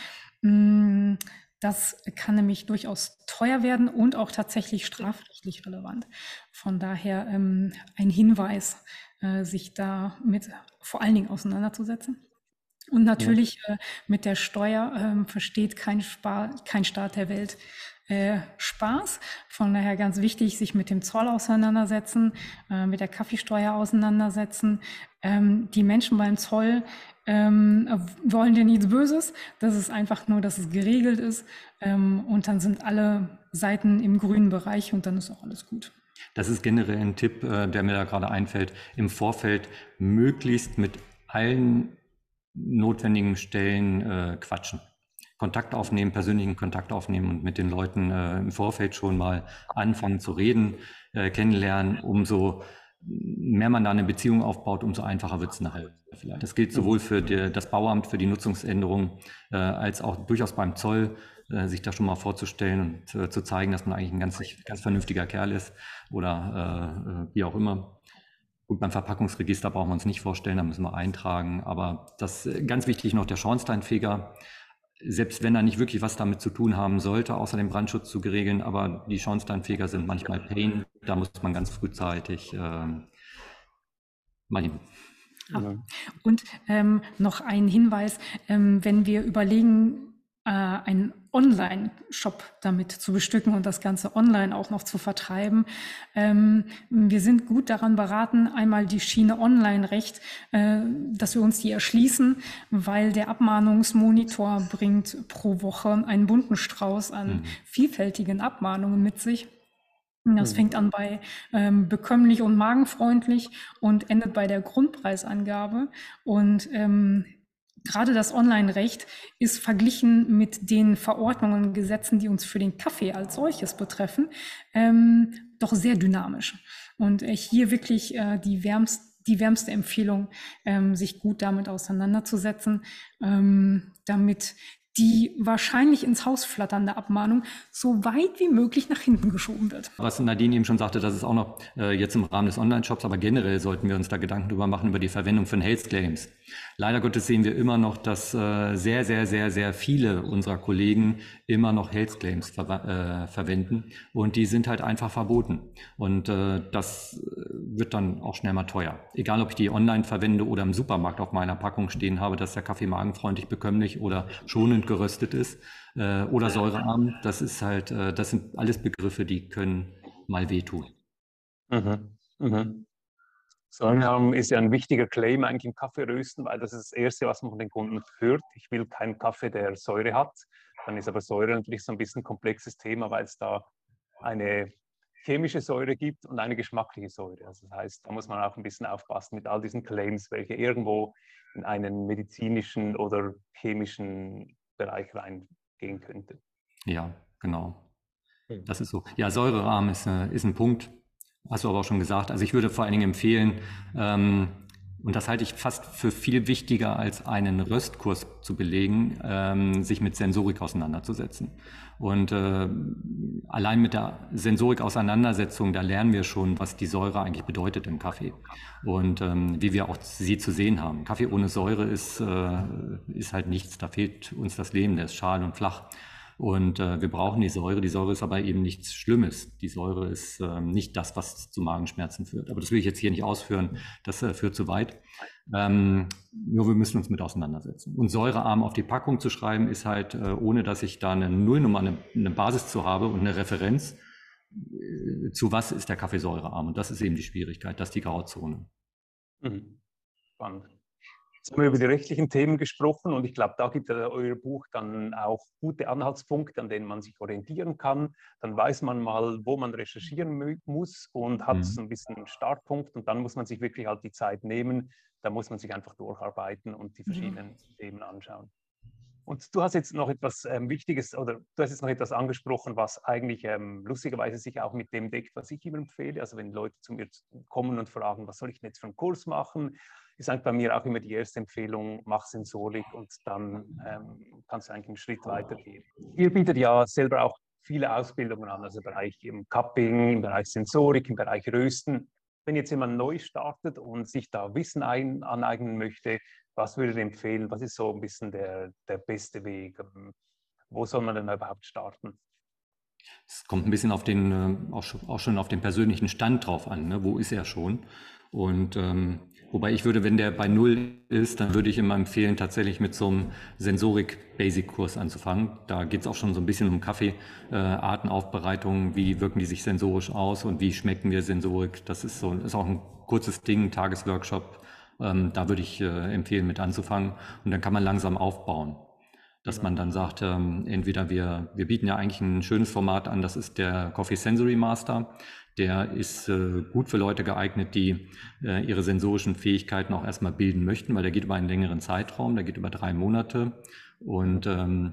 Das kann nämlich durchaus teuer werden und auch tatsächlich strafrechtlich relevant. Von daher ein Hinweis, sich damit vor allen Dingen auseinanderzusetzen. Und natürlich mit der Steuer versteht kein Staat der Welt Spaß. Von daher ganz wichtig, sich mit dem Zoll auseinandersetzen, mit der Kaffeesteuer auseinandersetzen. Die Menschen beim Zoll wollen dir nichts Böses. Das ist einfach nur, dass es geregelt ist. Und dann sind alle Seiten im grünen Bereich und dann ist auch alles gut. Das ist generell ein Tipp, der mir da gerade einfällt, im Vorfeld möglichst mit allen notwendigen Stellen quatschen. Kontakt aufnehmen, persönlichen Kontakt aufnehmen und mit den Leuten im Vorfeld schon mal anfangen zu reden, kennenlernen. Umso mehr man da eine Beziehung aufbaut, umso einfacher wird es nachher vielleicht. Das gilt sowohl für das Bauamt, für die Nutzungsänderung, als auch durchaus beim Zoll, sich da schon mal vorzustellen und zu zeigen, dass man eigentlich ein ganz vernünftiger Kerl ist oder wie auch immer. Gut, beim Verpackungsregister brauchen wir uns nicht vorstellen, da müssen wir eintragen. Aber das ganz wichtig noch, der Schornsteinfeger, selbst wenn er nicht wirklich was damit zu tun haben sollte, außer den Brandschutz zu regeln, aber die Schornsteinfeger sind manchmal Pain, da muss man ganz frühzeitig mal hin. Und noch ein Hinweis, wenn wir überlegen, einen Online-Shop damit zu bestücken und das Ganze online auch noch zu vertreiben. Wir sind gut daran beraten, einmal die Schiene Online-Recht, dass wir uns die erschließen, weil der Abmahnungsmonitor bringt pro Woche einen bunten Strauß an vielfältigen Abmahnungen mit sich. Das fängt an bei bekömmlich und magenfreundlich und endet bei der Grundpreisangabe. Und gerade das Online-Recht ist verglichen mit den Verordnungen und Gesetzen, die uns für den Kaffee als solches betreffen, doch sehr dynamisch. Und hier wirklich die wärmste Empfehlung, sich gut damit auseinanderzusetzen, damit die wahrscheinlich ins Haus flatternde Abmahnung so weit wie möglich nach hinten geschoben wird. Was Nadine eben schon sagte, das ist auch noch jetzt im Rahmen des Online-Shops, aber generell sollten wir uns da Gedanken drüber machen, über die Verwendung von Health Claims. Leider Gottes sehen wir immer noch, dass sehr viele unserer Kollegen immer noch Health Claims verwenden und die sind halt einfach verboten. Und das wird dann auch schnell mal teuer. Egal, ob ich die online verwende oder im Supermarkt auf meiner Packung stehen habe, dass der Kaffee magenfreundlich, bekömmlich oder schonend geröstet ist oder säurearm. Das sind alles Begriffe, die können mal wehtun. Säurearm ist ja ein wichtiger Claim eigentlich im Kaffeerösten, weil das ist das Erste, was man von den Kunden hört. Ich will keinen Kaffee, der Säure hat. Dann ist aber Säure natürlich so ein bisschen ein komplexes Thema, weil es da eine chemische Säure gibt und eine geschmackliche Säure. Also das heißt, da muss man auch ein bisschen aufpassen mit all diesen Claims, welche irgendwo in einen medizinischen oder chemischen Bereich reingehen könnten. Ja, genau. Das ist so. Ja, säurearm ist ein Punkt. Hast du aber auch schon gesagt. Also ich würde vor allen Dingen empfehlen, und das halte ich fast für viel wichtiger als einen Röstkurs zu belegen, sich mit Sensorik auseinanderzusetzen. Und allein mit der Sensorik-Auseinandersetzung, da lernen wir schon, was die Säure eigentlich bedeutet im Kaffee und wie wir auch sie zu sehen haben. Kaffee ohne Säure ist halt nichts, da fehlt uns das Leben, der ist schal und flach. Und wir brauchen die Säure. Die Säure ist aber eben nichts Schlimmes. Die Säure ist nicht das, was zu Magenschmerzen führt. Aber das will ich jetzt hier nicht ausführen. Das führt zu weit. Nur wir müssen uns mit auseinandersetzen. Und säurearm auf die Packung zu schreiben, ist halt, ohne dass ich da eine Nullnummer, eine Basis zu habe und eine Referenz, zu was ist der Kaffee säurearm. Und das ist eben die Schwierigkeit, das ist die Grauzone. Spannend. Jetzt haben wir über die rechtlichen Themen gesprochen und ich glaube, da gibt euer Buch dann auch gute Anhaltspunkte, an denen man sich orientieren kann. Dann weiß man mal, wo man recherchieren muss und hat so ein bisschen einen Startpunkt und dann muss man sich wirklich halt die Zeit nehmen. Da muss man sich einfach durcharbeiten und die verschiedenen Themen anschauen. Und du hast jetzt noch etwas Wichtiges oder du hast jetzt noch etwas angesprochen, was eigentlich lustigerweise sich auch mit dem deckt, was ich immer empfehle. Also wenn Leute zu mir kommen und fragen, was soll ich denn jetzt für einen Kurs machen, ist eigentlich bei mir auch immer die erste Empfehlung, mach Sensorik und dann kannst du eigentlich einen Schritt weitergehen. Ihr bietet ja selber auch viele Ausbildungen an, also im Bereich Cupping, im Bereich Sensorik, im Bereich Rösten. Wenn jetzt jemand neu startet und sich da Wissen aneignen möchte, was würdet ihr empfehlen? Was ist so ein bisschen der beste Weg? Wo soll man denn überhaupt starten? Es kommt ein bisschen auf den, auch schon auf den persönlichen Stand drauf an, ne? Wo ist er schon? Und wobei ich würde, wenn der bei Null ist, dann würde ich immer empfehlen, tatsächlich mit so einem Sensorik-Basic-Kurs anzufangen. Da geht es auch schon so ein bisschen um Kaffeeartenaufbereitung, wie wirken die sich sensorisch aus und wie schmecken wir Sensorik. Das ist auch ein kurzes Ding, ein Tagesworkshop. Da würde ich empfehlen, mit anzufangen und dann kann man langsam aufbauen. Dass man dann sagt, entweder wir bieten ja eigentlich ein schönes Format an, das ist der Coffee Sensory Master. Der ist gut für Leute geeignet, die ihre sensorischen Fähigkeiten auch erstmal bilden möchten, weil der geht über einen längeren Zeitraum, der geht über 3 Monate und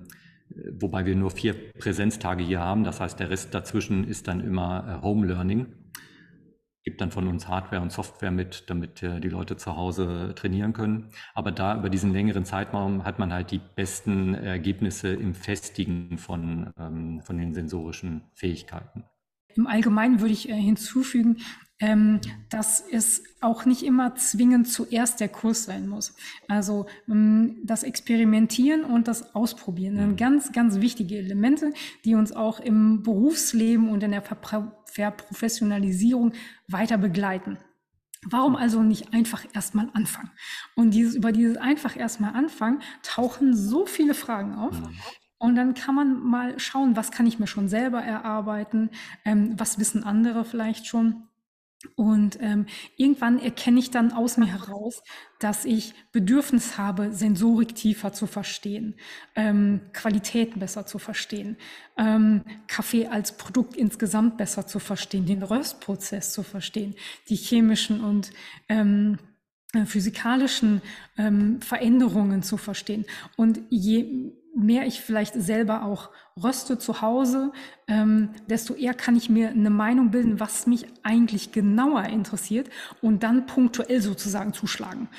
wobei wir nur 4 Präsenztage hier haben, das heißt der Rest dazwischen ist dann immer Home Learning. Gibt dann von uns Hardware und Software mit, damit die Leute zu Hause trainieren können. Aber da über diesen längeren Zeitraum hat man halt die besten Ergebnisse im Festigen von den sensorischen Fähigkeiten. Im Allgemeinen würde ich hinzufügen, dass es auch nicht immer zwingend zuerst der Kurs sein muss. Also das Experimentieren und das Ausprobieren sind ganz, ganz wichtige Elemente, die uns auch im Berufsleben und in der Verprofessionalisierung weiter begleiten. Warum also nicht einfach erstmal anfangen? Und über dieses einfach erstmal anfangen tauchen so viele Fragen auf. Und dann kann man mal schauen, was kann ich mir schon selber erarbeiten, was wissen andere vielleicht schon. Und irgendwann erkenne ich dann aus mir heraus, dass ich Bedürfnis habe, Sensorik tiefer zu verstehen, Qualitäten besser zu verstehen, Kaffee als Produkt insgesamt besser zu verstehen, den Röstprozess zu verstehen, die chemischen und physikalischen Veränderungen zu verstehen. Und je mehr ich vielleicht selber auch röste zu Hause, desto eher kann ich mir eine Meinung bilden, was mich eigentlich genauer interessiert und dann punktuell sozusagen zuschlagen.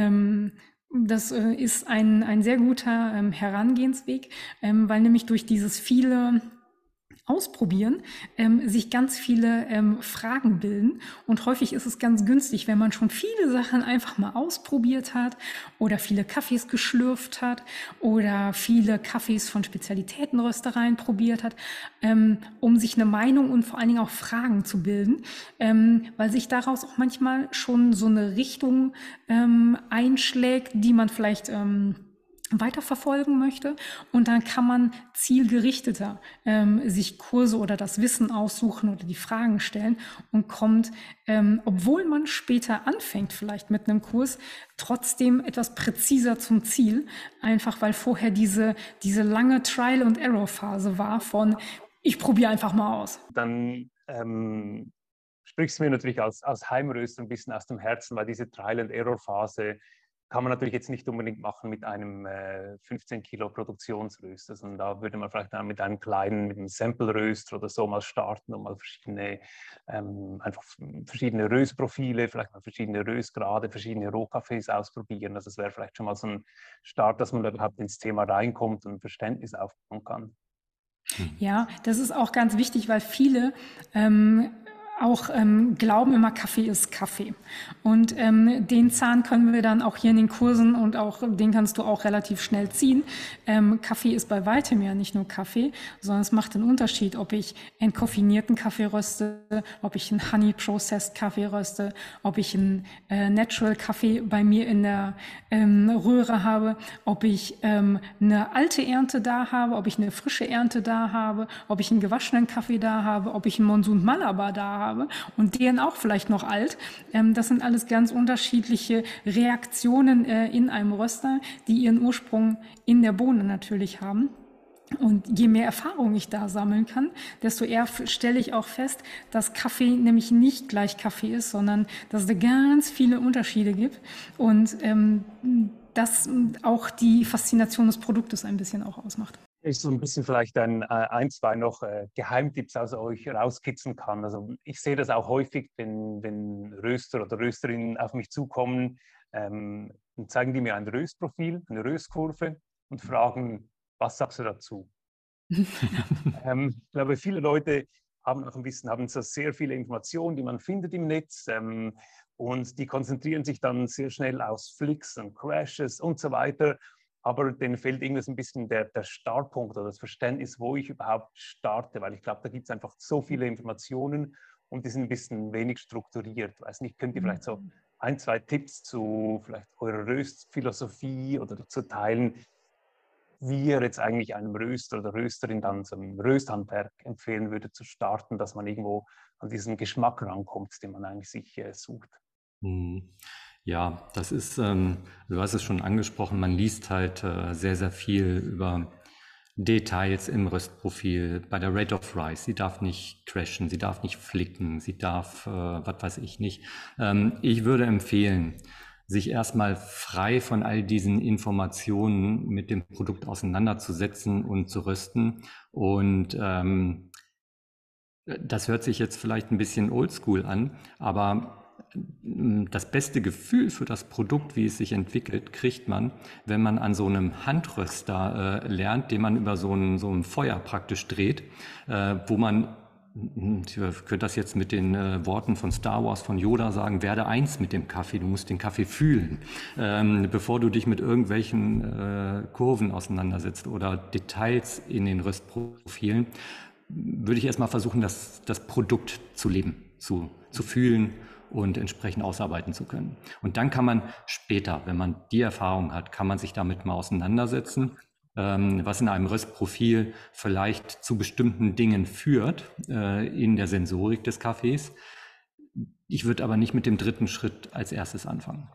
Das ist ein sehr guter Herangehensweg, weil nämlich durch dieses viele Ausprobieren sich ganz viele Fragen bilden und häufig ist es ganz günstig, wenn man schon viele Sachen einfach mal ausprobiert hat oder viele Kaffees geschlürft hat oder viele Kaffees von Spezialitätenröstereien probiert hat, um sich eine Meinung und vor allen Dingen auch Fragen zu bilden, weil sich daraus auch manchmal schon so eine Richtung einschlägt, die man vielleicht weiterverfolgen möchte und dann kann man zielgerichteter sich Kurse oder das Wissen aussuchen oder die Fragen stellen und kommt, obwohl man später anfängt vielleicht mit einem Kurs, trotzdem etwas präziser zum Ziel, einfach weil vorher diese lange Trial-and-Error-Phase war von ich probiere einfach mal aus. Dann sprichst du mir natürlich als Heimröster ein bisschen aus dem Herzen, weil diese Trial-and-Error-Phase kann man natürlich jetzt nicht unbedingt machen mit einem 15 Kilo Produktionsröster, sondern da würde man vielleicht mit einem kleinen, mit einem Sample-Röster oder so mal starten und mal einfach verschiedene Röstprofile, vielleicht mal verschiedene Röstgrade, verschiedene Rohkaffees ausprobieren. Also das wäre vielleicht schon mal so ein Start, dass man da überhaupt ins Thema reinkommt und ein Verständnis aufbauen kann. Ja, das ist auch ganz wichtig, weil viele auch glauben immer, Kaffee ist Kaffee. Und den Zahn können wir dann auch hier in den Kursen und auch den kannst du auch relativ schnell ziehen. Kaffee ist bei weitem ja nicht nur Kaffee, sondern es macht einen Unterschied, ob ich entkoffinierten Kaffee röste, ob ich einen Honey-Processed Kaffee röste, ob ich einen Natural Kaffee bei mir in der Röhre habe, ob ich eine alte Ernte da habe, ob ich eine frische Ernte da habe, ob ich einen gewaschenen Kaffee da habe, ob ich einen Monsun Malabar da habe und deren auch vielleicht noch alt. Das sind alles ganz unterschiedliche Reaktionen in einem Röster, die ihren Ursprung in der Bohne natürlich haben. Und je mehr Erfahrung ich da sammeln kann, desto eher stelle ich auch fest, dass Kaffee nämlich nicht gleich Kaffee ist, sondern dass es da ganz viele Unterschiede gibt und das auch die Faszination des Produktes ein bisschen auch ausmacht. Ich so ein bisschen vielleicht ein, zwei noch Geheimtipps aus euch rauskitzeln kann. Also ich sehe das auch häufig, wenn Röster oder Rösterinnen auf mich zukommen, dann zeigen die mir ein Röstprofil, eine Röstkurve und fragen, was sagst du dazu? Ich glaube, viele Leute haben auch haben so sehr viele Informationen, die man findet im Netz und die konzentrieren sich dann sehr schnell aus Flicks und Crashes und so weiter. Aber denen fehlt irgendwie so ein bisschen der Startpunkt oder das Verständnis, wo ich überhaupt starte, weil ich glaube, da gibt es einfach so viele Informationen und die sind ein bisschen wenig strukturiert. Weiß nicht, könnt ihr vielleicht so ein, zwei Tipps zu vielleicht eurer Röstphilosophie oder dazu teilen, wie ihr jetzt eigentlich einem Röster oder Rösterin dann so ein Rösthandwerk empfehlen würde zu starten, dass man irgendwo an diesen Geschmack rankommt, den man eigentlich sich sucht? Ja, das ist, du hast es schon angesprochen, man liest halt sehr, sehr viel über Details im Röstprofil. Bei der Rate of Rise, sie darf nicht crashen, sie darf nicht flicken, sie darf, was weiß ich nicht. Ich würde empfehlen, sich erstmal frei von all diesen Informationen mit dem Produkt auseinanderzusetzen und zu rösten. Und das hört sich jetzt vielleicht ein bisschen oldschool an, aber das beste Gefühl für das Produkt, wie es sich entwickelt, kriegt man, wenn man an so einem Handröster lernt, den man über so ein Feuer praktisch dreht, wo man, ich könnte das jetzt mit den Worten von Star Wars, von Yoda sagen, werde eins mit dem Kaffee, du musst den Kaffee fühlen, bevor du dich mit irgendwelchen Kurven auseinandersetzt oder Details in den Röstprofilen, würde ich erstmal versuchen, das Produkt zu leben, zu fühlen und entsprechend ausarbeiten zu können. Und dann kann man später, wenn man die Erfahrung hat, kann man sich damit mal auseinandersetzen, was in einem Röstprofil vielleicht zu bestimmten Dingen führt in der Sensorik des Kaffees. Ich würde aber nicht mit dem dritten Schritt als erstes anfangen.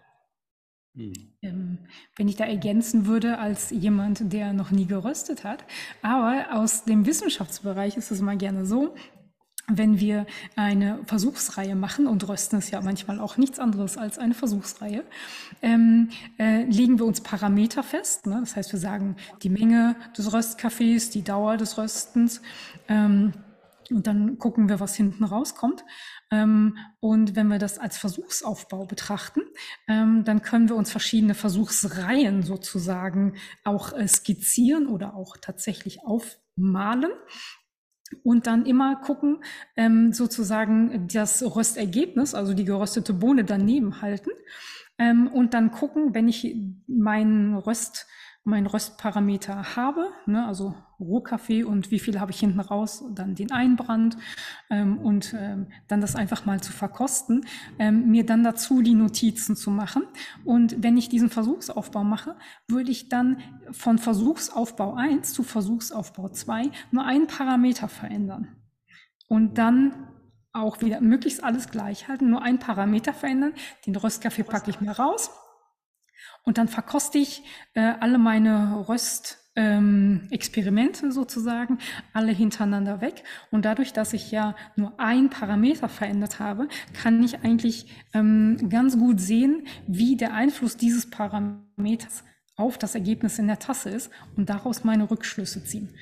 Wenn ich da ergänzen würde als jemand, der noch nie geröstet hat, aber aus dem Wissenschaftsbereich ist es mal gerne so, wenn wir eine Versuchsreihe machen, und Rösten ist ja manchmal auch nichts anderes als eine Versuchsreihe, legen wir uns Parameter fest. Ne? Das heißt, wir sagen die Menge des Röstkaffees, die Dauer des Röstens und dann gucken wir, was hinten rauskommt. Und wenn wir das als Versuchsaufbau betrachten, dann können wir uns verschiedene Versuchsreihen sozusagen auch skizzieren oder auch tatsächlich aufmalen. Und dann immer gucken, sozusagen das Röstergebnis, also die geröstete Bohne daneben halten und dann gucken, wenn ich meinen Röstparameter habe, ne, also Rohkaffee und wie viel habe ich hinten raus, dann den Einbrand und dann das einfach mal zu verkosten, mir dann dazu die Notizen zu machen. Und wenn ich diesen Versuchsaufbau mache, würde ich dann von Versuchsaufbau 1 zu Versuchsaufbau 2 nur einen Parameter verändern. Und dann auch wieder möglichst alles gleich halten, nur einen Parameter verändern. Den Röstkaffee packe ich mir raus. Und dann verkoste ich alle meine Röstexperimente sozusagen, alle hintereinander weg. Und dadurch, dass ich ja nur einen Parameter verändert habe, kann ich eigentlich ganz gut sehen, wie der Einfluss dieses Parameters auf das Ergebnis in der Tasse ist und daraus meine Rückschlüsse ziehen.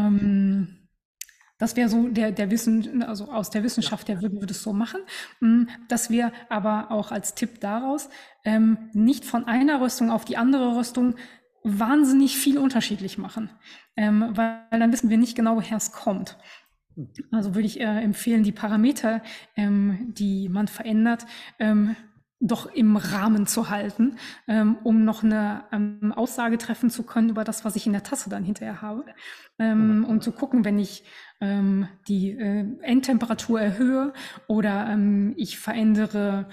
Das wäre so der Wissen, also aus der Wissenschaft her würden wir das so machen, dass wir aber auch als Tipp daraus nicht von einer Röstung auf die andere Röstung wahnsinnig viel unterschiedlich machen, weil dann wissen wir nicht genau, woher es kommt. Also würde ich empfehlen, die Parameter, die man verändert, doch im Rahmen zu halten, um noch eine Aussage treffen zu können über das, was ich in der Tasse dann hinterher habe. Um zu gucken, wenn ich die Endtemperatur erhöhe oder ich verändere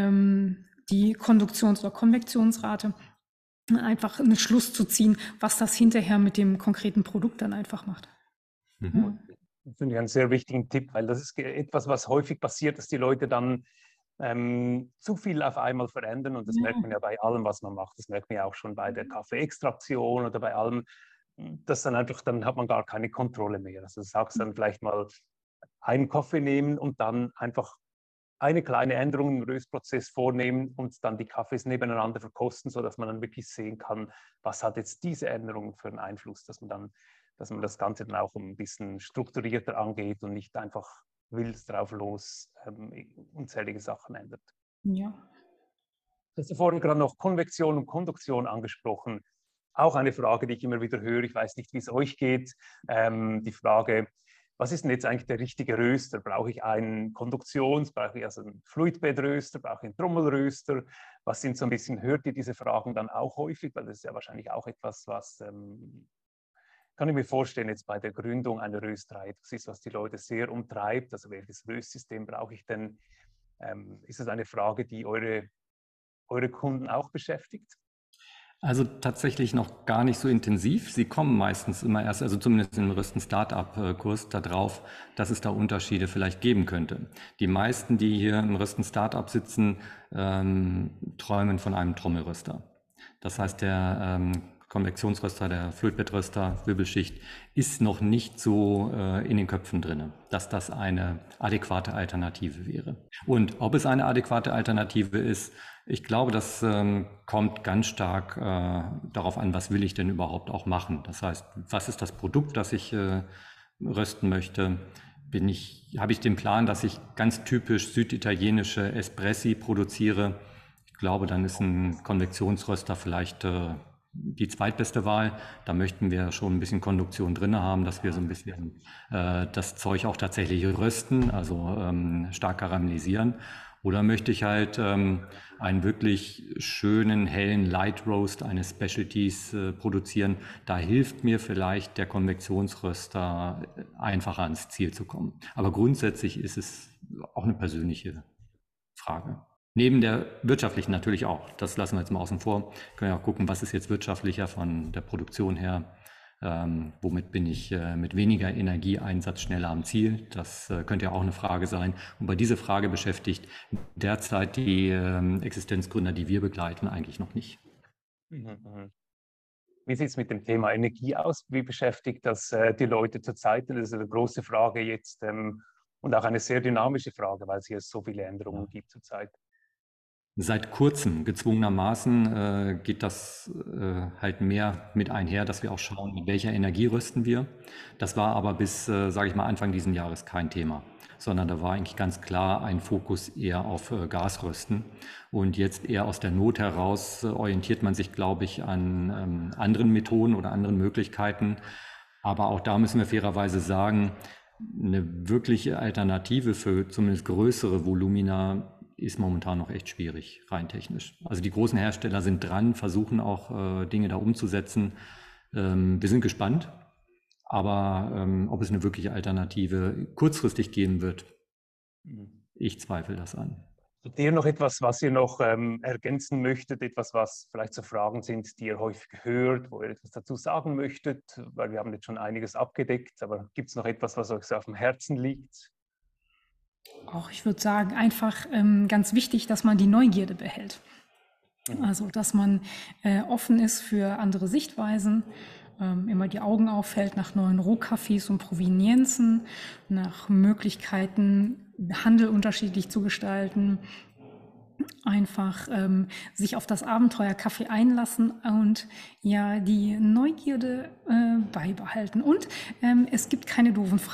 die Konduktions- oder Konvektionsrate, einfach einen Schluss zu ziehen, was das hinterher mit dem konkreten Produkt dann einfach macht. Mhm. Das finde ich einen sehr wichtigen Tipp, weil das ist etwas, was häufig passiert, dass die Leute dann zu viel auf einmal verändern, und das merkt man ja bei allem, was man macht. Das merkt man ja auch schon bei der Kaffeeextraktion oder bei allem, dass dann einfach, dann hat man gar keine Kontrolle mehr. Also du sagst dann vielleicht mal einen Kaffee nehmen und dann einfach eine kleine Änderung im Röstprozess vornehmen und dann die Kaffees nebeneinander verkosten, sodass man dann wirklich sehen kann, was hat jetzt diese Änderung für einen Einfluss, dass man das Ganze dann auch ein bisschen strukturierter angeht und nicht einfach wild drauf los unzählige Sachen ändert. Ja. Du hast ja vorhin gerade noch Konvektion und Konduktion angesprochen. Auch eine Frage, die ich immer wieder höre. Ich weiß nicht, wie es euch geht. Die Frage, was ist denn jetzt eigentlich der richtige Röster? Brauche ich einen brauche ich also einen Fluidbed-Röster, brauche ich einen Trommelröster? Was sind so ein bisschen, hört ihr diese Fragen dann auch häufig? Weil das ist ja wahrscheinlich auch etwas, was, kann ich mir vorstellen, jetzt bei der Gründung einer Rösterei, das ist, was die Leute sehr umtreibt. Also welches Röstsystem brauche ich denn? Ist das eine Frage, die eure Kunden auch beschäftigt? Also tatsächlich noch gar nicht so intensiv. Sie kommen meistens immer erst, also zumindest im ersten Startup-Kurs, darauf, dass es da Unterschiede vielleicht geben könnte. Die meisten, die hier im ersten Startup sitzen, träumen von einem Trommelröster. Das heißt, der Konvektionsröster, der Fluidbed-Röster, Wirbelschicht, ist noch nicht so in den Köpfen drin, dass das eine adäquate Alternative wäre. Und ob es eine adäquate Alternative ist, ich glaube, das kommt ganz stark darauf an, was will ich denn überhaupt auch machen. Das heißt, was ist das Produkt, das ich rösten möchte? Habe ich den Plan, dass ich ganz typisch süditalienische Espressi produziere? Ich glaube, dann ist ein Konvektionsröster vielleicht die zweitbeste Wahl. Da möchten wir schon ein bisschen Konduktion drin haben, dass wir so ein bisschen das Zeug auch tatsächlich rösten, also stark karamellisieren. Oder möchte ich halt einen wirklich schönen, hellen Light Roast eines Specialties produzieren? Da hilft mir vielleicht der Konvektionsröster einfacher ans Ziel zu kommen. Aber grundsätzlich ist es auch eine persönliche Frage. Neben der wirtschaftlichen natürlich auch. Das lassen wir jetzt mal außen vor. Wir können ja auch gucken, was ist jetzt wirtschaftlicher von der Produktion her. Womit bin ich mit weniger Energieeinsatz schneller am Ziel? Das könnte ja auch eine Frage sein. Und bei dieser Frage beschäftigt derzeit die Existenzgründer, die wir begleiten, eigentlich noch nicht. Wie sieht es mit dem Thema Energie aus? Wie beschäftigt das die Leute zurzeit? Das ist eine große Frage jetzt und auch eine sehr dynamische Frage, weil es hier so viele Änderungen gibt zurzeit. Seit kurzem, gezwungenermaßen, geht das halt mehr mit einher, dass wir auch schauen, mit welcher Energie rösten wir. Das war aber bis, sage ich mal, Anfang dieses Jahres kein Thema, sondern da war eigentlich ganz klar ein Fokus eher auf Gasrösten. Und jetzt eher aus der Not heraus orientiert man sich, glaube ich, an anderen Methoden oder anderen Möglichkeiten. Aber auch da müssen wir fairerweise sagen, eine wirkliche Alternative für zumindest größere Volumina ist momentan noch echt schwierig, rein technisch. Also die großen Hersteller sind dran, versuchen auch Dinge da umzusetzen. Wir sind gespannt, aber ob es eine wirkliche Alternative kurzfristig geben wird, ich zweifle das an. Habt ihr noch etwas, was ihr noch ergänzen möchtet, etwas, was vielleicht so Fragen sind, die ihr häufig hört, wo ihr etwas dazu sagen möchtet? Weil wir haben jetzt schon einiges abgedeckt, aber gibt es noch etwas, was euch so auf dem Herzen liegt? Auch ich würde sagen, einfach ganz wichtig, dass man die Neugierde behält. Also, dass man offen ist für andere Sichtweisen, immer die Augen aufhält nach neuen Rohkaffees und Provenienzen, nach Möglichkeiten, Handel unterschiedlich zu gestalten. Einfach sich auf das Abenteuer Kaffee einlassen und ja die Neugierde beibehalten. Und es gibt keine doofen Fragen.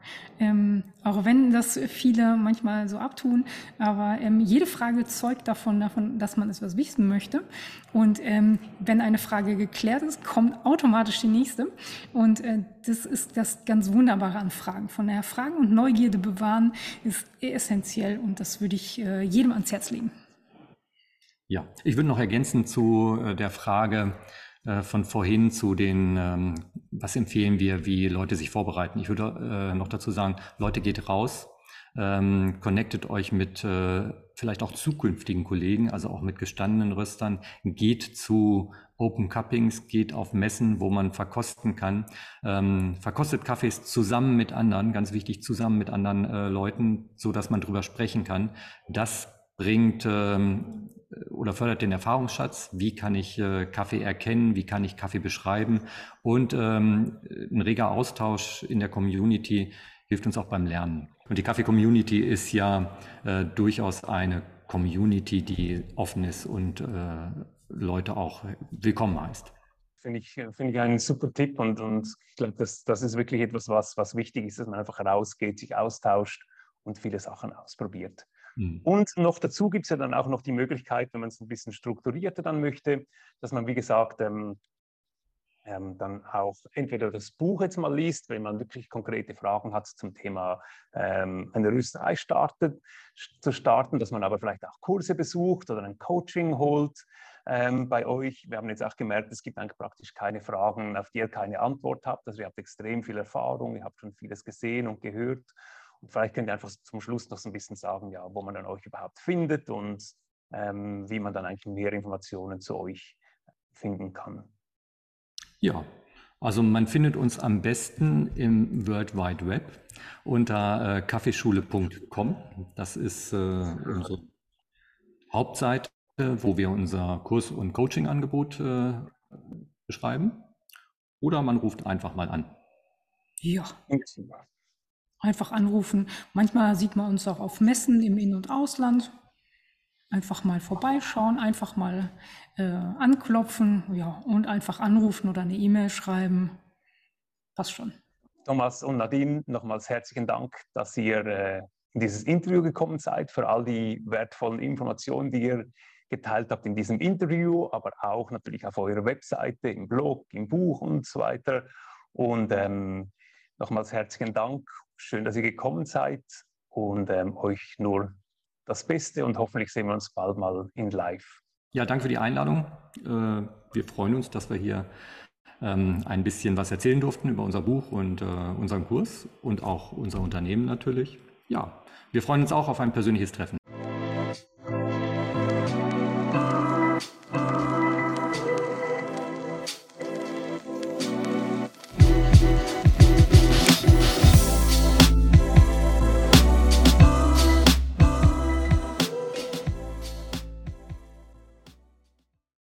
Auch wenn das viele manchmal so abtun, aber jede Frage zeugt davon, dass man etwas wissen möchte. Und wenn eine Frage geklärt ist, kommt automatisch die nächste. Und das ist das ganz Wunderbare an Fragen. Von daher Fragen und Neugierde bewahren ist essentiell und das würde ich jedem ans Herz legen. Ja, ich würde noch ergänzen zu der Frage von vorhin zu den, was empfehlen wir, wie Leute sich vorbereiten. Ich würde noch dazu sagen, Leute, geht raus, connectet euch mit vielleicht auch zukünftigen Kollegen, also auch mit gestandenen Röstern, geht zu Open Cuppings, geht auf Messen, wo man verkosten kann, verkostet Kaffees zusammen mit anderen, ganz wichtig, zusammen mit anderen Leuten, so dass man drüber sprechen kann. Das bringt oder fördert den Erfahrungsschatz. Wie kann ich Kaffee erkennen? Wie kann ich Kaffee beschreiben? Und ein reger Austausch in der Community hilft uns auch beim Lernen. Und die Kaffee-Community ist ja durchaus eine Community, die offen ist und Leute auch willkommen heißt. Finde ich einen super Tipp und ich glaube, das ist wirklich etwas, was wichtig ist, dass man einfach rausgeht, sich austauscht und viele Sachen ausprobiert. Und noch dazu gibt es ja dann auch noch die Möglichkeit, wenn man es ein bisschen strukturierter dann möchte, dass man, wie gesagt, dann auch entweder das Buch jetzt mal liest, wenn man wirklich konkrete Fragen hat zum Thema eine Rösterei zu starten, dass man aber vielleicht auch Kurse besucht oder ein Coaching holt bei euch. Wir haben jetzt auch gemerkt, es gibt eigentlich praktisch keine Fragen, auf die ihr keine Antwort habt. Also ihr habt extrem viel Erfahrung, ihr habt schon vieles gesehen und gehört. Und vielleicht könnt ihr einfach zum Schluss noch so ein bisschen sagen, ja, wo man dann euch überhaupt findet und wie man dann eigentlich mehr Informationen zu euch finden kann. Ja, also man findet uns am besten im World Wide Web unter kaffeeschule.com. Das ist unsere Hauptseite, wo wir unser Kurs- und Coaching-Angebot beschreiben. Oder man ruft einfach mal an. Ja. Einfach anrufen. Manchmal sieht man uns auch auf Messen im In- und Ausland. Einfach mal vorbeischauen, einfach mal anklopfen, ja, und einfach anrufen oder eine E-Mail schreiben. Passt schon. Thomas und Nadine, nochmals herzlichen Dank, dass ihr in dieses Interview gekommen seid, für all die wertvollen Informationen, die ihr geteilt habt in diesem Interview, aber auch natürlich auf eurer Webseite, im Blog, im Buch und so weiter. Und nochmals herzlichen Dank. Schön, dass ihr gekommen seid und euch nur das Beste und hoffentlich sehen wir uns bald mal in live. Ja, danke für die Einladung. Wir freuen uns, dass wir hier ein bisschen was erzählen durften über unser Buch und unseren Kurs und auch unser Unternehmen natürlich. Ja, wir freuen uns auch auf ein persönliches Treffen.